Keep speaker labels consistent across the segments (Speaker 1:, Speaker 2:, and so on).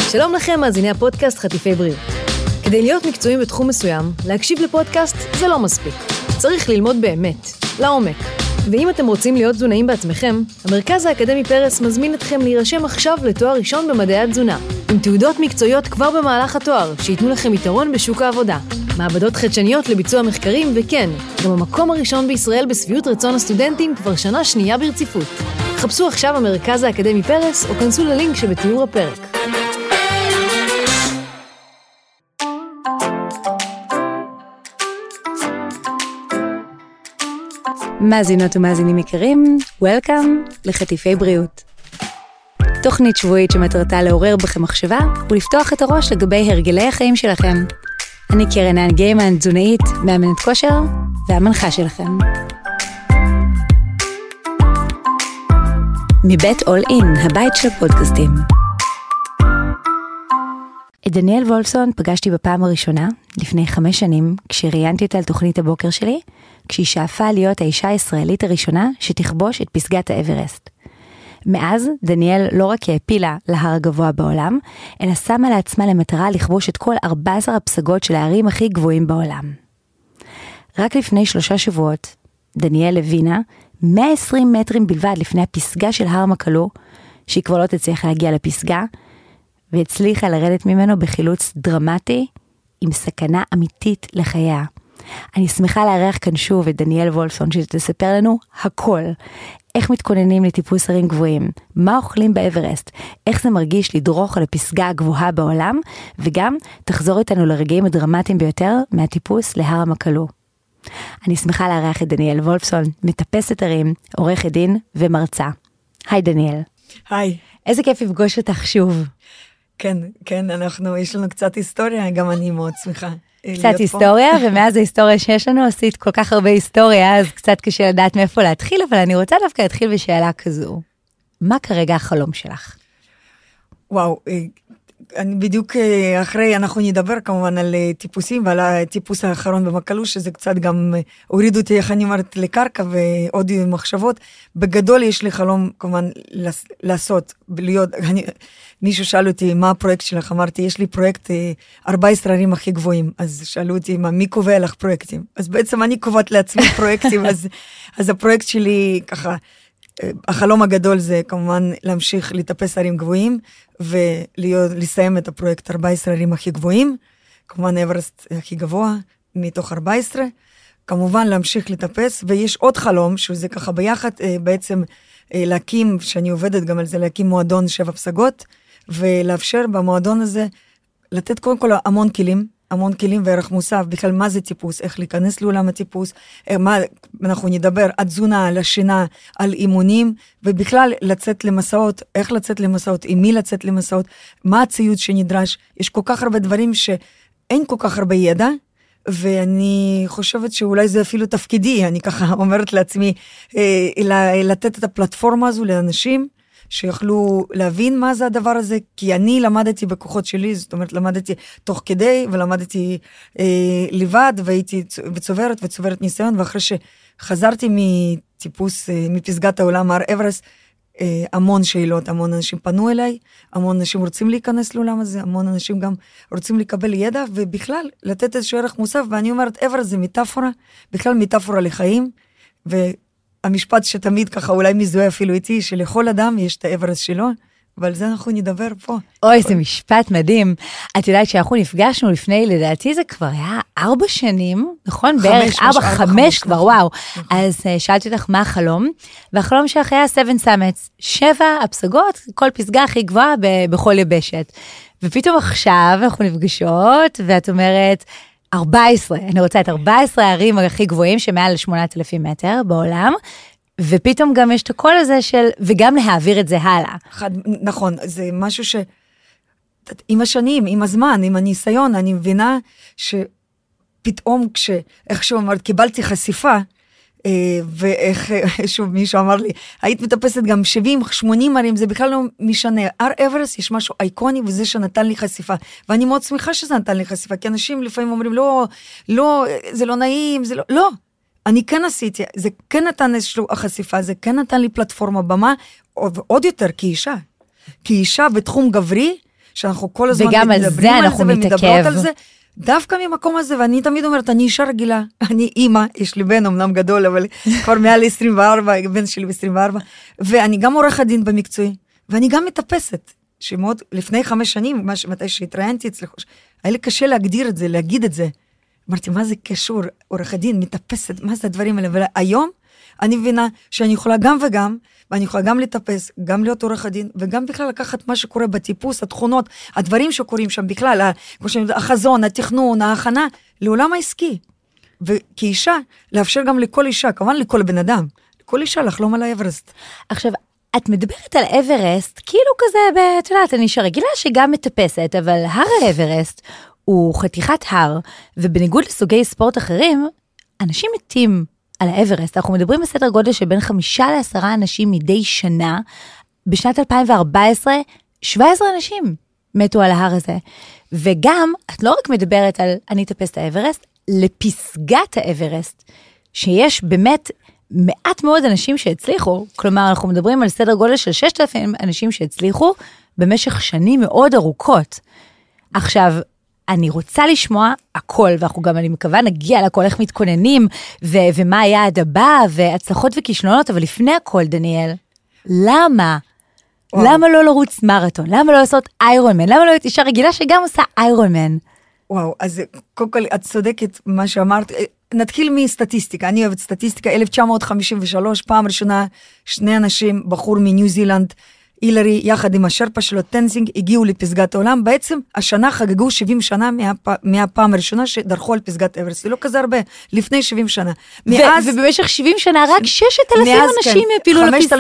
Speaker 1: שלום לכם, מאזיני הפודקאסט חטיפי בריאות. כדי להיות מקצועיים בתחום מסוים, להקשיב לפודקאסט זה לא מספיק. צריך ללמוד באמת, לעומק. ואם אתם רוצים להיות תזונאים בעצמכם, המרכז האקדמי פרס מזמין אתכם להירשם עכשיו לתואר ראשון במדעי התזונה, עם תעודות מקצועיות כבר במהלך התואר, שיתנו לכם יתרון בשוק העבודה. מעבדות חדשניות לביצוע מחקרים, וכן, גם המקום הראשון בישראל בשביעות רצון הסטודנטים כבר שנה שנייה ברציפות. חפשו עכשיו המרכז האקדמי פרס, או כנסו ללינק שבתיאור הפרק. מאזינות ומאזינים יקרים, Welcome לחטיפי בריאות. תוכנית שבועית שמטרתה לעורר בכם מחשבה ולפתוח את הראש לגבי הרגלי החיים שלכם. אני קרן גיימן, תזונאית, מאמנת כושר והמנחה שלכם. מבית אול אין, הבית של הפודקאסטים. את דניאל וולפסון פגשתי בפעם הראשונה, לפני 5 שנים, כשראיינתי אותה על תוכנית הבוקר שלי, כשהיא שאפה להיות האישה הישראלית הראשונה שתכבוש את פסגת האברסט. מאז, דניאל לא רק העפילה להר הגבוה בעולם, אלא שמה לעצמה למטרה לכבוש את כל 14 הפסגות של הערים הכי גבוהים בעולם. רק לפני 3 שבועות, דניאל הבינה, 120 מטרים בלבד לפני הפסגה של הר מקלו, שהיא כבר לא תצליח להגיע לפסגה, והצליחה לרדת ממנו בחילוץ דרמטי, עם סכנה אמיתית לחייה. אני שמחה לארח כאן שוב את דניאל וולפסון, שתספר לנו הכל. איך מתכוננים לטיפוס הרים גבוהים, מה אוכלים באברסט, איך זה מרגיש לדרוך על הפסגה הגבוהה בעולם, וגם תחזור איתנו לרגעים הדרמטיים ביותר מהטיפוס להר המקלו. אני שמחה לארח את דניאל וולפסון, מטפסת הרים, עורכת דין ומרצה. היי דניאל.
Speaker 2: היי.
Speaker 1: איזה כיף לפגוש אותך שוב.
Speaker 2: כן, יש לנו קצת היסטוריה, גם אני מאוד שמחה.
Speaker 1: קצת היסטוריה, ומאז ההיסטוריה שיש לנו, עשית כל כך הרבה היסטוריה, אז קצת קשה לדעת מאיפה להתחיל, אבל אני רוצה דווקא להתחיל בשאלה כזו. מה כרגע החלום שלך?
Speaker 2: וואו, אני בדיוק אחרי, אנחנו נדבר כמובן על טיפוסים, ועל הטיפוס האחרון במקלו, שזה קצת גם הוריד אותי, איך אני אומרת, לקרקע ועוד מחשבות. בגדול יש לי חלום כמובן לעשות, להיות, מישהו שאל אותי, מה הפרויקט שלך? אמרתי, יש לי פרויקט 14 ערים הכי גבוהים. אז שאלו אותי, מי קובע לך פרויקטים? אז בעצם אני קובעת לעצמי פרויקטים, אז הפרויקט שלי ככה, החלום הגדול זה כמובן להמשיך לטפס ערים גבוהים, ולסיים את הפרויקט 14 ערים הכי גבוהים, כמובן אברסט הכי גבוה, מתוך 14, כמובן להמשיך לטפס, ויש עוד חלום, שזה ככה ביחד, בעצם להקים, שאני עובדת גם על זה, להקים מועדון 7 פסגות, ולאפשר במועדון הזה, לתת קודם כל המון כלים וערך מוסף, בכלל מה זה טיפוס, איך להיכנס לעולם הטיפוס, אנחנו נדבר על תזונה, על השינה, על אימונים, ובכלל לצאת למסעות, איך לצאת למסעות, עם מי לצאת למסעות, מה הציוד שנדרש, יש כל כך הרבה דברים שאין כל כך הרבה ידע, ואני חושבת שאולי זה אפילו תפקידי, אני ככה אומרת לעצמי, לתת את הפלטפורמה הזו לאנשים, שיוכלו להבין מה זה הדבר הזה, כי אני למדתי בכוחות שלי, זאת אומרת, למדתי תוך כדי, ולמדתי לבד, והייתי וצוברת ניסיון, ואחרי שחזרתי מטיפוס, מפסגת העולם, הר אברסט, המון שאלות, המון אנשים פנו אליי, המון אנשים רוצים להיכנס לעולם הזה, המון אנשים גם רוצים לקבל ידע, ובכלל, לתת איזשהו ערך מוסף, ואני אומרת, אברסט זה מטאפורה, בכלל מטאפורה לחיים, המשפט שתמיד ככה אולי מזוהה אפילו איתי, שלכל אדם יש את האברסט שלו, ועל זה אנחנו נדבר פה.
Speaker 1: אוי, זה משפט מדהים. את יודעת שאנחנו נפגשנו לפני, לדעתי זה כבר היה 4 שנים, נכון? בערך 5 כבר, וואו. אז שאלתי אותך מה החלום, והחלום שלך היה 7 summits, 7 הפסגות, כל פסגה הכי גבוהה בכל יבשת. ופתאום עכשיו אנחנו נפגשות, ואת אומרת, 14, אני רוצה את 14 הערים הכי גבוהים, שמעל 8,000 מטר בעולם, ופתאום גם יש את הקול הזה של, וגם להעביר את זה הלאה.
Speaker 2: נכון, זה משהו ש, עם השנים, עם הזמן, עם הניסיון, אני מבינה שפתאום איכשהו אמרת, קיבלתי חשיפה, ואיך, שוב, מישהו אמר לי, היית מטפסת גם 70-80 ערים, זה בכלל לא משנה. הר אברסט יש משהו אייקוני, וזה שנתן לי חשיפה. ואני מאוד שמחה שזה נתן לי חשיפה, כי אנשים לפעמים אומרים, לא, זה לא נעים, זה לא, לא. אני כן עשיתי, זה כן נתן איזשהו החשיפה, זה כן נתן לי פלטפורמה במה, עוד יותר כאישה. כאישה בתחום גברי, שאנחנו כל הזמן
Speaker 1: וגם על זה אנחנו
Speaker 2: ומדברות על זה, דווקא ממקום הזה, ואני תמיד אומרת, אני אישה רגילה, אני אימא, יש לי בן אמנם גדול, אבל כבר מעל 24, בן שלי ב-24, ואני גם עורך הדין במקצועי, ואני גם מטפסת, שמאוד, לפני 5 שנים, מתי שהתראיינתי אצלך, היה לי קשה להגדיר את זה, להגיד את זה, אמרתי, מה זה קשור, עורך הדין, מטפסת, מה זה הדברים האלה, והיום אני מבינה שאני יכולה גם וגם, ואני יכולה גם לטפס, גם להיות עורך הדין, וגם בכלל לקחת מה שקורה בטיפוס, התכונות, הדברים שקורים שם בכלל, החזון, התכנון, ההכנה, לעולם העסקי. וכאישה, לאפשר גם לכל אישה, כמובן לכל בן אדם, לכל אישה לחלום על האברסט.
Speaker 1: עכשיו, את מדברת על אברסט, כאילו כזה, את יודעת, אני אישה רגילה שגם מטפסת, אבל הר האברסט הוא חתיכת הר, ובניגוד לסוגי ספורט אחרים, אנשים מתים על האברסט. אנחנו מדברים בסדר גודל שבין 5 ל10 אנשים מדי שנה. בשנת 2014, 17 אנשים מתו על ההר הזה. וגם, את לא רק מדברת על אני אטפס את האברסט, לפסגת האברסט, שיש באמת מעט מאוד אנשים שהצליחו, כלומר, אנחנו מדברים על סדר גודל של 6,000 אנשים שהצליחו, במשך שנים מאוד ארוכות. עכשיו, אני רוצה לשמוע הכל, ואנחנו גם, אני מקווה, נגיע לכל, איך מתכוננים, ומה היעד הבא, והצלחות וכישלונות, אבל לפני הכל, דניאל, למה? למה לא לרוץ מרתון? למה לא לעשות איירון מן? למה לא להיות אישה רגילה שגם עושה איירון מן?
Speaker 2: וואו, אז קודם כל, את צודקת מה שאמרת, נתחיל מסטטיסטיקה, אני אוהבת סטטיסטיקה, 1953, פעם ראשונה, 2 אנשים, בחור מניו זילנד, הילרי, יחד עם השרפה שלו, טנזינג, הגיעו לפסגת העולם, בעצם השנה חגגו 70 שנה מהפעם הראשונה שדרכו על פסגת אברסט, זה לא כזה הרבה, לפני 70 שנה.
Speaker 1: ובמשך 70 שנה רק 6,000 אנשים הפילו לפסגה.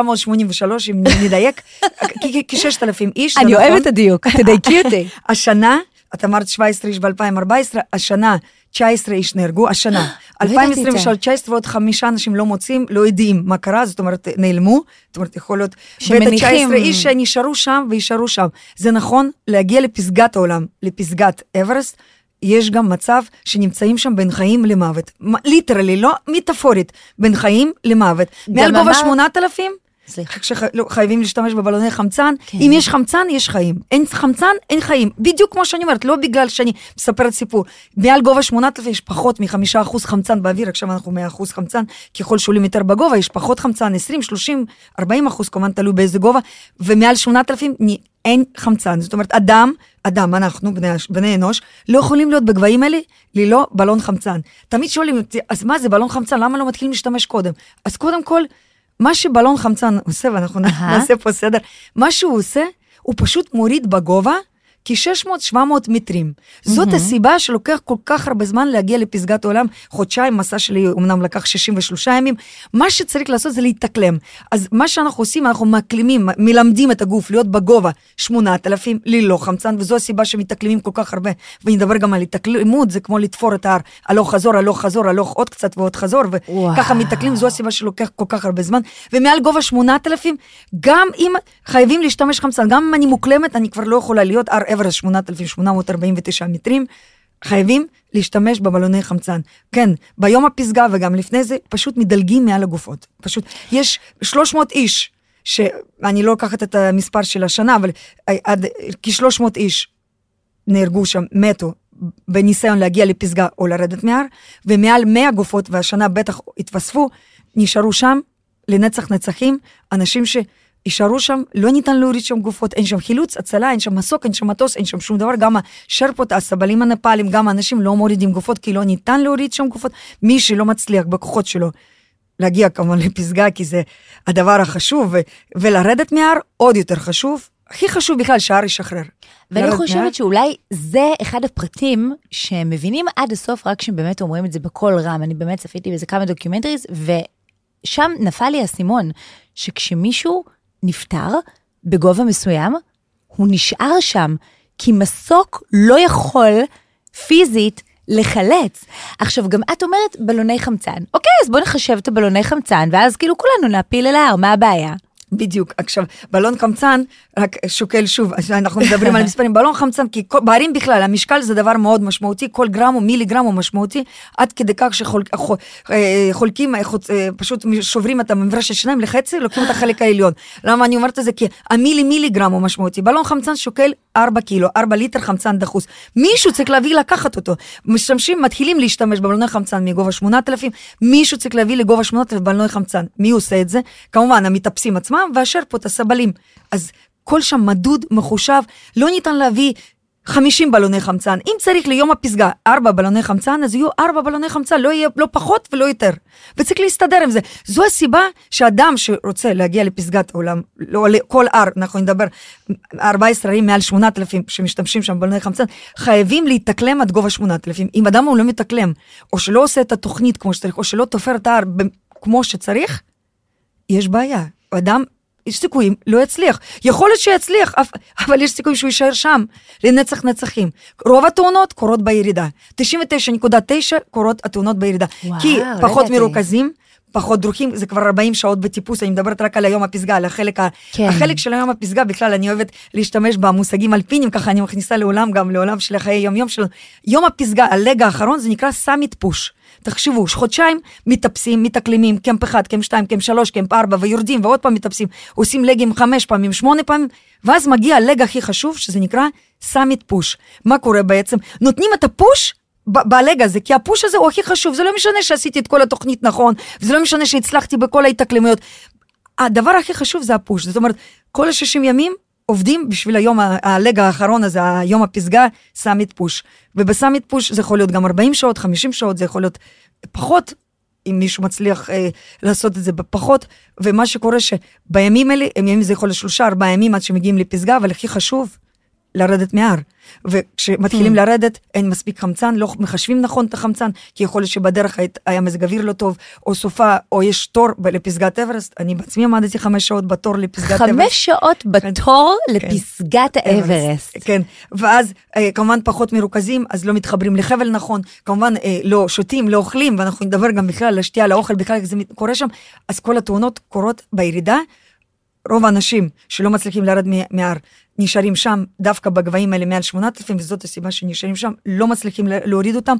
Speaker 2: 5,983, אם נדייק, כ-6,000 איש.
Speaker 1: אני אוהבת הדיוק, תדייקי אותי.
Speaker 2: השנה, את אמרת 17 איש ב-2014, השנה 19 איש נהרגו, השנה. 2023, 19 ועוד 5 אנשים לא מוצאים, לא יודעים מה קרה, זאת אומרת, נעלמו, זאת אומרת, יכול להיות, ואת 19 איש שנשארו שם וישארו שם. זה נכון, להגיע לפסגת העולם, לפסגת אברסט, יש גם מצב שנמצאים שם בין חיים למוות. ליטרלי, לא מטאפורית, בין חיים למוות. מעל גובה 8,000, חייבים להשתמש בבלוני חמצן, אם יש חמצן, יש חיים, אין חמצן, אין חיים, בדיוק כמו שאני אומרת, לא בגלל שאני מספרת סיפור, מעל גובה 8,000 יש פחות מ5% חמצן באוויר, עכשיו אנחנו 100% חמצן, ככל שעולים יותר בגובה, יש פחות חמצן, 20, 30, 40%, כמובן תלוי באיזה גובה, ומעל 8,000 אין חמצן, זאת אומרת, אדם, אנחנו, בני אנוש, לא יכולים להיות בגבהים האלה, ללא בלון חמצן. תמיד שואלים, אז מה זה בלון חמצן, למה לא מתחילים להשתמש קודם? אז קודם כל, מה שבלון חמצן עושה, ואנחנו נעשה פה סדר, מה שהוא עושה, הוא פשוט מוריד בגובה, כ-600-700 מטרים. זאת הסיבה שלוקח כל כך הרבה זמן להגיע לפסגת העולם, חודשיים, מסע שלי אמנם לקח 63 ימים, מה שצריך לעשות זה להתאקלם. אז מה שאנחנו עושים, אנחנו מקלימים, מלמדים את הגוף להיות בגובה 8,000 ללא חמצן, וזו הסיבה שמתאקלמים כל כך הרבה, ונדבר גם על התאקלמות, זה כמו לתפור את ההר, הלוך חזור, הלוך חזור, הלוך עוד קצת ועוד חזור, וככה מתאקלים, זו הסיבה שלוקח כל כך הרבה זמן, ומעל גובה 8,000, גם אם חייבים להשתמש חמצן, גם אם אני מוקלמת, אני כבר לא יכולה להיות אברסט 8,849 מטרים, חייבים להשתמש בבלוני חמצן. כן, ביום הפסגה וגם לפני זה, פשוט מדלגים מעל הגופות. פשוט, יש 300 איש, שאני לא לוקחת את המספר של השנה, אבל עד כ-300 איש נהרגו שם, מתו, בניסיון להגיע לפסגה או לרדת מהר, ומעל 100 גופות, והשנה בטח התווספו, נשארו שם, לנצח נצחים, אנשים יישארו שם, לא ניתן להוריד שם גופות, אין שם חילוץ, הצלה, אין שם מסוק, אין שם מטוס, אין שם שום דבר, גם השרפות, הסבלים הנפאלים, גם האנשים לא מורידים גופות, כי לא ניתן להוריד שם גופות, מי שלא מצליח בכוחות שלו, להגיע כמובן לפסגה, כי זה הדבר החשוב, ולרדת מהר עוד יותר חשוב, הכי חשוב בכלל שההר ישחרר.
Speaker 1: ואני חושבת שאולי זה אחד הפרטים שמבינים עד הסוף, רק שהם באמת אומרים את זה בכל רם, אני באמת צפיתי בזה כמה דוקיומנטריז, ושם נפל לי הסימון, שכשמישהו נפטר בגובה מסוים, הוא נשאר שם, כי מסוק לא יכול פיזית לחלץ. עכשיו, גם את אומרת בלוני חמצן. אוקיי, אז בוא נחשב את הבלוני חמצן, ואז כאילו כולנו נעפיל אל ההר, מה הבעיה?
Speaker 2: בדיוק. עכשיו, בלון חמצן, רק שוקל שוב, אנחנו מדברים על מספרים, בלון חמצן, כי בערים בכלל, המשקל זה דבר מאוד משמעותי, כל גרם או מיליגרם הוא משמעותי, עד כדי כך שחולקים, פשוט שוברים את המברש השיניים לחצי, לוקחים את החלק העליון. למה אני אומרת את זה? כי מיליגרם הוא משמעותי. בלון חמצן שוקל 4 קילו, 4 ליטר חמצן דחוס. מישהו צריך להביא לקחת אותו. מתחילים להשתמש בבלוני חמצן מגובה 8,000, מישהו צריך להביא לגובה 8,000 בלוני חמצן. מי עושה את זה? כמובן, המטפסים עצמם, ואשר פה את הסבלים. אז כל שם מדוד, מחושב, לא ניתן להביא 50 בלוני חמצן. אם צריך ליום הפסגה 4 בלוני חמצן, אז יהיו 4 בלוני חמצן, לא יהיה לא פחות ולא יותר. וצריך להסתדר עם זה. זו הסיבה שאדם שרוצה להגיע לפסגת העולם, לא כל הר, אנחנו נדבר 14 ערים מעל 8,000 שמשתמשים שם בלוני חמצן, חייבים להתאקלם עד גובה 8,000. אם אדם הוא לא מתאקלם, או שלא עושה את התוכנית כמו שצריך, או שלא תופר את ההר כמו שצריך, יש בעיה. אדם, יש סיכויים, לא יצליח. יכול להיות שיצליח, אבל יש סיכויים שהוא יישאר שם, לנצח נצחים. רוב התאונות קורות בירידה. 99.9 קורות התאונות בירידה. כי פחות מרוכזים, פחות דרוכים, זה כבר 40 שעות בטיפוס, אני מדברת רק על היום הפסגה, על החלק של היום הפסגה, בכלל אני אוהבת להשתמש במושגים אלפינים, ככה אני מכניסה לעולם, גם לעולם של החיי יום שלנו. יום הפסגה, הלג האחרון, זה נקרא סאמיט פוש. תחשבו, חודשיים מטפסים, מתאקלמים, קמפ 1, קמפ 2, קמפ 3, קמפ 4, ויורדים, ועוד פעם מטפסים, עושים לגים 5 פעמים, 8 פעמים, ואז מגיע הלג הכי חשוב, שזה נקרא סאמיט פוש. מה קורה בעצם? נותנים את הפוש בלג הזה, כי הפוש הזה הוא הכי חשוב, זה לא משנה שעשיתי את כל התוכנית נכון, וזה לא משנה שהצלחתי בכל ההתאקלמויות. הדבר הכי חשוב זה הפוש, זאת אומרת, כל ה-60 ימים, עובדים בשביל היום, הלג האחרון הזה, היום הפסגה, סאמיט פוש. ובסאמיט פוש זה יכול להיות גם 40 שעות, 50 שעות, זה יכול להיות פחות, אם מישהו מצליח לעשות את זה בפחות, ומה שקורה שבימים האלה, ימים זה יכול להיות 3-4 ימים עד שמגיעים לפסגה, אבל הכי חשוב, לרדת מהר. וכשמתחילים לרדת, אין מספיק חמצן, לא מחשבים נכון את החמצן, כי יכול להיות שבדרך היה מזג אוויר לא טוב, או סופה, או יש תור לפסגת אברסט. אני בעצמי עמדתי 5 שעות בתור לפסגת אברסט.
Speaker 1: 5 שעות בתור לפסגת האברסט.
Speaker 2: כן, ואז כמובן פחות מרוכזים, אז לא מתחברים לחבל נכון, כמובן לא שותים, לא אוכלים, ואנחנו נדבר גם בכלל על השתייה, לאוכל, בכלל איך זה קורה שם, אז כל התאונות קורות בירידה, רוב האנשים שלא מצליחים לרד מהר, נשארים שם דווקא בגבהים האלה מעל 8,000, וזאת הסיבה שנשארים שם, לא מצליחים להוריד אותם.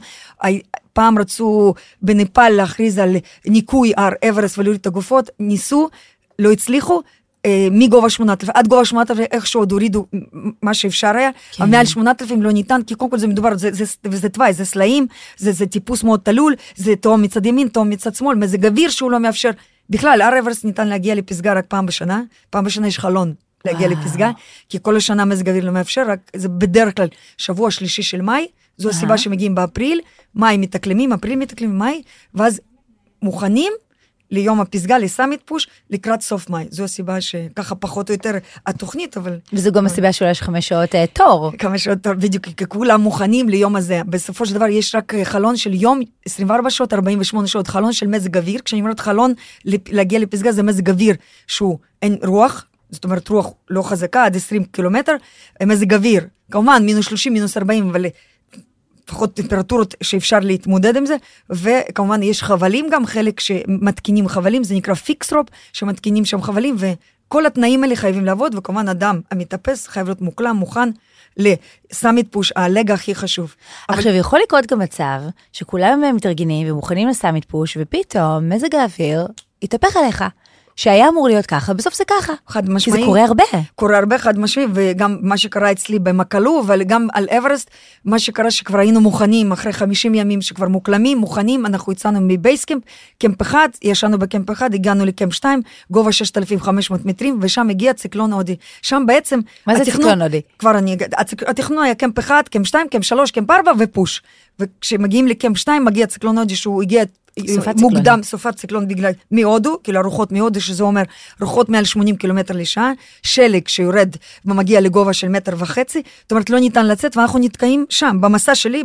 Speaker 2: פעם רצו בנפאל להכריז על ניקוי הר אברסט ולהוריד את הגופות, ניסו, לא הצליחו, מגובה 8,000, עד גובה 8,000, איכשהו עוד הורידו מה שאפשר היה, אבל מעל 8,000 לא ניתן, כי קודם כל זה מדובר, זה תוואי, זה סלעים, זה טיפוס מאוד תלול, זה תאום מצד ימין, תאום מצד שמאל, מזג אוויר שהוא לא מאפשר. בכלל, הר אברסט ניתן להגיע לפסגה רק פעם בשנה יש חלון להגיע לפסגה, כי כל השנה מזג אוויר לא מאפשר, רק זה בדרך כלל שבוע שלישי של מאי, זו הסיבה שמגיעים באפריל, מאי מתאקלמים, אפריל מתאקלמים, מאי, ואז מוכנים ליום הפסגה, לסאמיט פוש, לקראת סוף מאי. זו הסיבה שככה פחות או יותר התוכנית, אבל...
Speaker 1: וזו גם הסיבה שאולי יש 5 שעות תור.
Speaker 2: 5 שעות תור, בדיוק, כי כולם מוכנים ליום הזה. בסופו של דבר יש רק חלון של יום, 24 שעות, 48 שעות, חלון של מזג אוויר. כשאני אומרת חלון להגיע לפסגה, זה מזג אוויר שהוא אין רוח, זאת אומרת רוח לא חזקה, עד 20 קילומטר, מזג אוויר, כמובן, מינוס 30, מינוס 40, אבל... לפחות טמפרטורות שאפשר להתמודד עם זה, וכמובן יש חבלים גם, חלק שמתקינים חבלים, זה נקרא פיקסרופ, שמתקינים שם חבלים, וכל התנאים האלה חייבים לעבוד, וכמובן אדם המתאפס חייב להיות מוקלם, מוכן לסאמיט פוש, הלג הכי חשוב.
Speaker 1: עכשיו יכול לקרות גם מצב, שכולם מתארגנים ומוכנים לסאמיט פוש, ופתאום מזג האוויר יתהפך עליך. שהיה אמור להיות ככה, בסוף זה ככה.
Speaker 2: חד משמעי.
Speaker 1: כי זה קורה הרבה.
Speaker 2: קורה הרבה חד משמעי, וגם מה שקרה אצלי במקלו, אבל גם על אברסט, מה שקרה שכבר היינו מוכנים, אחרי 50 ימים שכבר מוקלמים, מוכנים, אנחנו יצאנו מבייסקמפ, קמפ 1, ישנו בקמפ 1, הגענו לקמפ 2, גובה 6,500 מטרים, ושם הגיע ציקלון הודי. שם בעצם...
Speaker 1: מה זה ציקלון הודי?
Speaker 2: כבר אני אגיד, התכנון היה קמפ 1, קמפ 2, קמפ 3, קמפ 4 ופוש. וכשמגיעים לקמפ 2, מגיע ציקלון הודי שהוא הגיע מוקדם, סופת ציקלון בגלל מהודו, כאילו הרוחות מהודו, שזה אומר רוחות מעל 80 קילומטר לשעה, שלג שיורד ומגיע לגובה של 1.5 מטר, זאת אומרת לא ניתן לצאת, ואנחנו נתקעים שם, במסע שלי,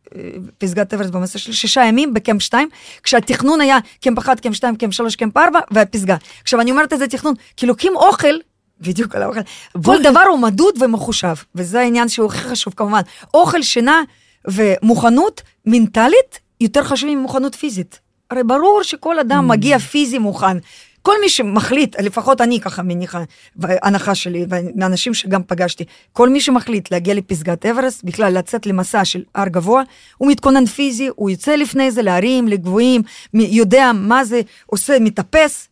Speaker 2: בפסגת אברסט במסע שלי, 6 ימים בקמפ 2, כשהתכנון היה קמפ 1, קמפ 2, קמפ 3, קמפ 4, והפסגה. עכשיו אני אומרת איזה תכנון, כי לוקחים אוכל, בדיוק על האוכל, כל דבר הוא מדוד ומחושב, וזה העניין שהוא הכי חשוב כמובן, אוכל, שינה ומוכנות מנטלית, יותר חשוב ממוכנות פיזית. הרי ברור שכל אדם מגיע פיזי מוכן, כל מי שמחליט, לפחות אני ככה מניחה, והנחה שלי, ואנשים שגם פגשתי, כל מי שמחליט להגיע לפסגת אברסט, בכלל לצאת למסע של הר גבוה, הוא מתכונן פיזי, הוא יוצא לפני זה להרים, לגבוהים, יודע מה זה עושה, מטפס.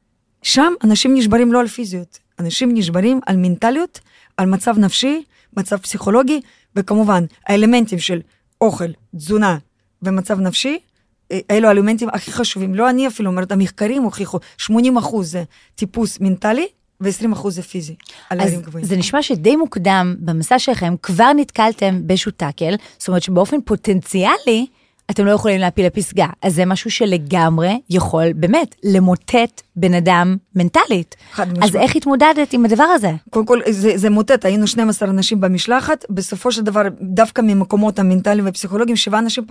Speaker 2: שם אנשים נשברים לא על פיזיות, אנשים נשברים על מנטליות, על מצב נפשי, מצב פסיכולוגי, וכמובן, האלמנטים של אוכל, תזונה ומצב נפשי, אלו האלמנטים הכי חשובים. לא אני אפילו אומרת, המחקרים הוכיחו, 80% זה טיפוס מנטלי, ו-20% זה פיזי.
Speaker 1: אז זה נשמע שדי מוקדם במסע שלכם, כבר נתקלתם באיזשהו טאקל, זאת אומרת שבאופן פוטנציאלי, אתם לא יכולים להפיל לפסגה. אז זה משהו שלגמרי יכול באמת למוטט בן אדם מנטלית. אז איך התמודדת עם הדבר הזה?
Speaker 2: קודם כל, זה מוטט. היינו 12 אנשים במשלחת, בסופו של דבר, דווקא ממקומות המנטליים והפסיכולוגיים, 7 אנשים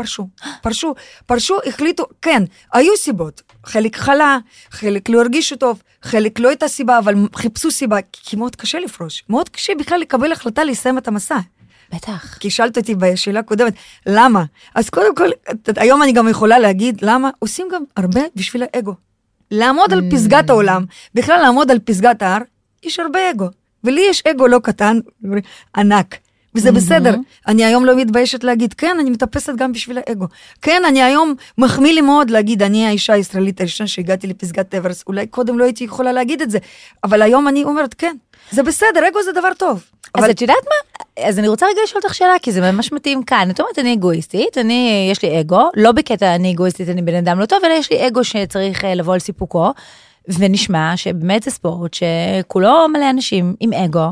Speaker 2: פרשו, החליטו, כן, היו סיבות. חלק חלה, חלק לא הרגישו טוב, חלק לא הייתה סיבה, אבל חיפשו סיבה, כי מאוד קשה לפרוש. מאוד קשה בכלל לקבל החלטה לסיים את המסע.
Speaker 1: בטח.
Speaker 2: כי שאלת אותי בשאלה קודמת, למה? אז קודם כל, היום אני גם יכולה להגיד, למה? עושים גם הרבה בשביל האגו. לעמוד על פסגת העולם, בכלל לעמוד על פסגת ההר, יש הרבה אגו. ולי יש אגו לא קטן, ענק. וזה בסדר. אני היום לא מתביישת להגיד, כן, אני מטפסת גם בשביל האגו. כן, אני היום מחמיא לי מאוד להגיד, אני האישה הישראלית הראשונה שהגעתי לפסגת אברסט, אולי קודם לא הייתי יכולה להגיד את זה, אבל היום אני אומרת, כן, זה בסדר, אגו זה דבר טוב.
Speaker 1: אז את יודעת מה? אז אני רוצה רגע לשאול אותך שאלה, כי זה ממש מתאים כאן. את אומרת, אני אגואיסטית, יש לי אגו, לא בקטע אני אגואיסטית, אני בן אדם לא טוב, אלא יש לי אגו שצריך לבוא על סיפוקו, ונשמע שבאמת זה ספורט שכולו מלא אנשים עם אגו,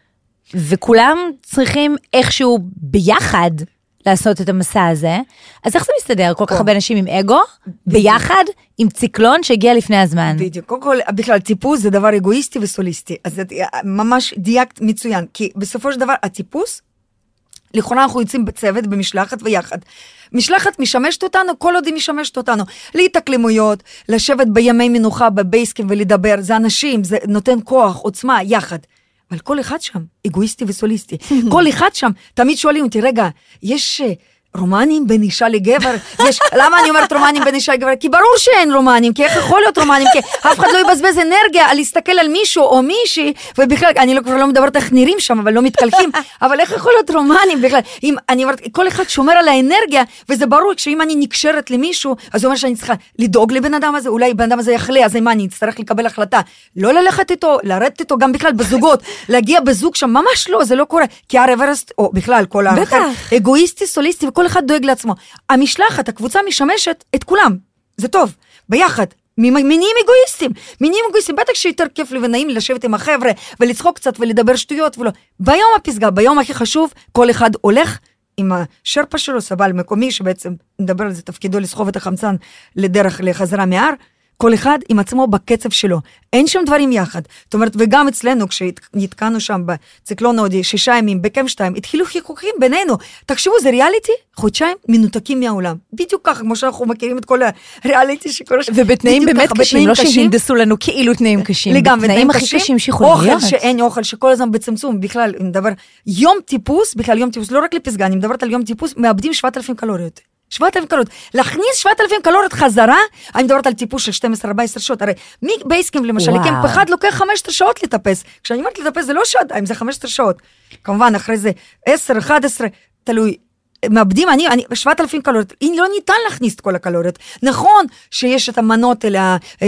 Speaker 1: וכולם צריכים איכשהו ביחד לעשות את המסע הזה. אז איך זה מסתדר? כל כך הרבה אנשים עם אגו, ביחד עם ציקלון שהגיע לפני הזמן.
Speaker 2: בדיוק. קודם כל, בכלל, טיפוס זה דבר אגואיסטי וסוליסטי. אז זה ממש דייקט מצוין. כי בסופו של דבר, הטיפוס, לכאורה אנחנו יוצאים בצוות, במשלחת ויחד. משלחת משמשת אותנו, כל עוד היא משמשת אותנו. להתאקלמויות, לשבת בימי מנוחה, בבייסקים ולדבר. זה אנשים, זה נותן כוח, עוצמה, יחד. אבל כל אחד שם, אגואיסטי וסוליסטי. כל אחד שם, תמיד שואלים אותי, רגע, יש רומנים בין אישה לגבר? למה אני אומרת רומנים בין אישה לגבר? כי ברור שאין רומנים, כי איך יכול להיות רומנים? כי אף אחד לא יבזבז אנרגיה על להסתכל על מישהו או מישהי, ובכלל, אני כבר לא מדברת איך נראים שם, אבל לא מתקלחים, אבל איך יכול להיות רומנים בכלל? אני אומרת, כל אחד שומר על האנרגיה, וזה ברור, כשאם אני נקשרת למישהו, אז זה אומר שאני צריכה לדאוג לבן אדם הזה, אולי בן אדם הזה יחלה, אז מה, אני אצטרך לקבל החלטה, לא ללכת איתו, לרדת איתו, גם בכלל בזוגות, להגיע בזוג שם, ממש לא, זה לא קורה, כי הר אברסט, או בכלל, כל האחר, אגואיסטי, סוליסטי, וכל אחד דואג לעצמו. המשלחת, הקבוצה משמשת את כולם, זה טוב, ביחד, מינים אגואיסטים, בטח שיותר כיף לי ונעים לשבת עם החבר'ה, ולצחוק קצת ולדבר שטויות, ולא. ביום הפסגה, ביום הכי חשוב, כל אחד הולך עם השרפה שלו, סבל מקומי, שבעצם נדבר על זה, תפקידו לסחוב את החמצן לדרך לחזרה מהר, כל אחד עם עצמו בקצב שלו. אין שם דברים יחד. זאת אומרת, וגם אצלנו, כשנתקענו שם בציקלון עוד 6 ימים, בקמפ 2, התחילו חיכוכים בינינו. תחשבו, זה ריאליטי? חודשיים מנותקים מהעולם. בדיוק ככה, כמו שאנחנו מכירים את כל הריאליטי שקורה שם.
Speaker 1: ובתנאים באמת קשים, לא שהנדסו לנו כאילו תנאים קשים.
Speaker 2: לגמרי,
Speaker 1: בתנאים הכי קשים שיכולים להיות.
Speaker 2: אוכל שאין אוכל, שכל הזמן בצמצום, בכלל, אני מדבר, יום טיפוס, בכלל יום טיפוס, לא רק לפסגה, אני מדברת על יום טיפוס, מאבדים 7,000 קלוריות. 7,000 קלוריות. להכניס 7,000 קלוריות חזרה, אני מדברת על טיפוס של 12-14 שעות, הרי מבייסקים למשל, לקמפ אחד לוקח 15 שעות לטפס, כשאני אומרת לטפס זה לא שעתיים, זה 15 שעות, כמובן אחרי זה 10, 11, תלוי, מאבדים, אני 7,000 קלוריות, לא ניתן להכניס את כל הקלוריות, נכון שיש את המנות אל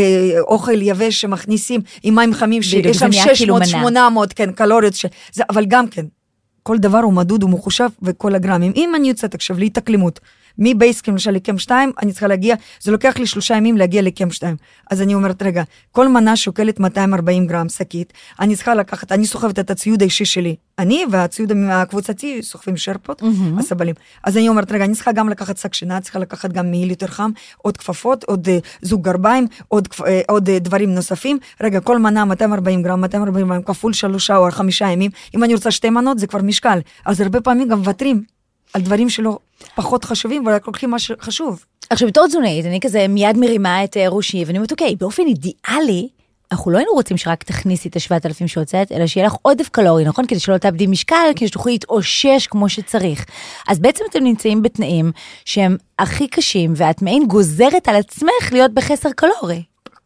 Speaker 2: האוכל יבש שמכניסים עם מים חמים, שיש שם 600-800 קלוריות, אבל גם כן, כל דבר הוא מדוד ומחושב וכל הגרמים, אם אני יוצאת עכשיו להתאקלמות, מבייסקים למשל לקמפ 2, אני צריכה להגיע, זה לוקח לי 3 ימים להגיע לקמפ 2. אז אני אומרת, רגע, כל מנה שוקלת 240 גרם שקית, אני צריכה לקחת, אני סוחבת את הציוד האישי שלי, אני והציוד הקבוצתי סוחבים שרפות, הסבלים. אז אני אומרת, רגע, אני צריכה גם לקחת שק שינה, צריכה לקחת גם מעיל יותר חם, עוד כפפות, עוד זוג גרביים, עוד דברים נוספים. רגע, כל מנה 240 גרם, כפול 3 או 5 ימים. אם אני רוצה 2 מנות, זה כבר משקל. אז הרבה פעמים גם מוותרים על דברים שלא פחות חשובים, ורק לוקחים מה שחשוב.
Speaker 1: עכשיו, בתור תזונאית, אני כזה מיד מרימה את ראשי, ואני אומרת, אוקיי, באופן אידיאלי, אנחנו לא היינו רוצים שרק תכניסי את 7,000 שהוצאת, אלא שיהיה לך עודף קלורי, נכון? כדי שלא תאבדי משקל, כדי שתוכלי להתאושש כמו שצריך. אז בעצם אתם נמצאים בתנאים שהם הכי קשים, ואת מעין גוזרת על עצמך להיות בחסר קלורי.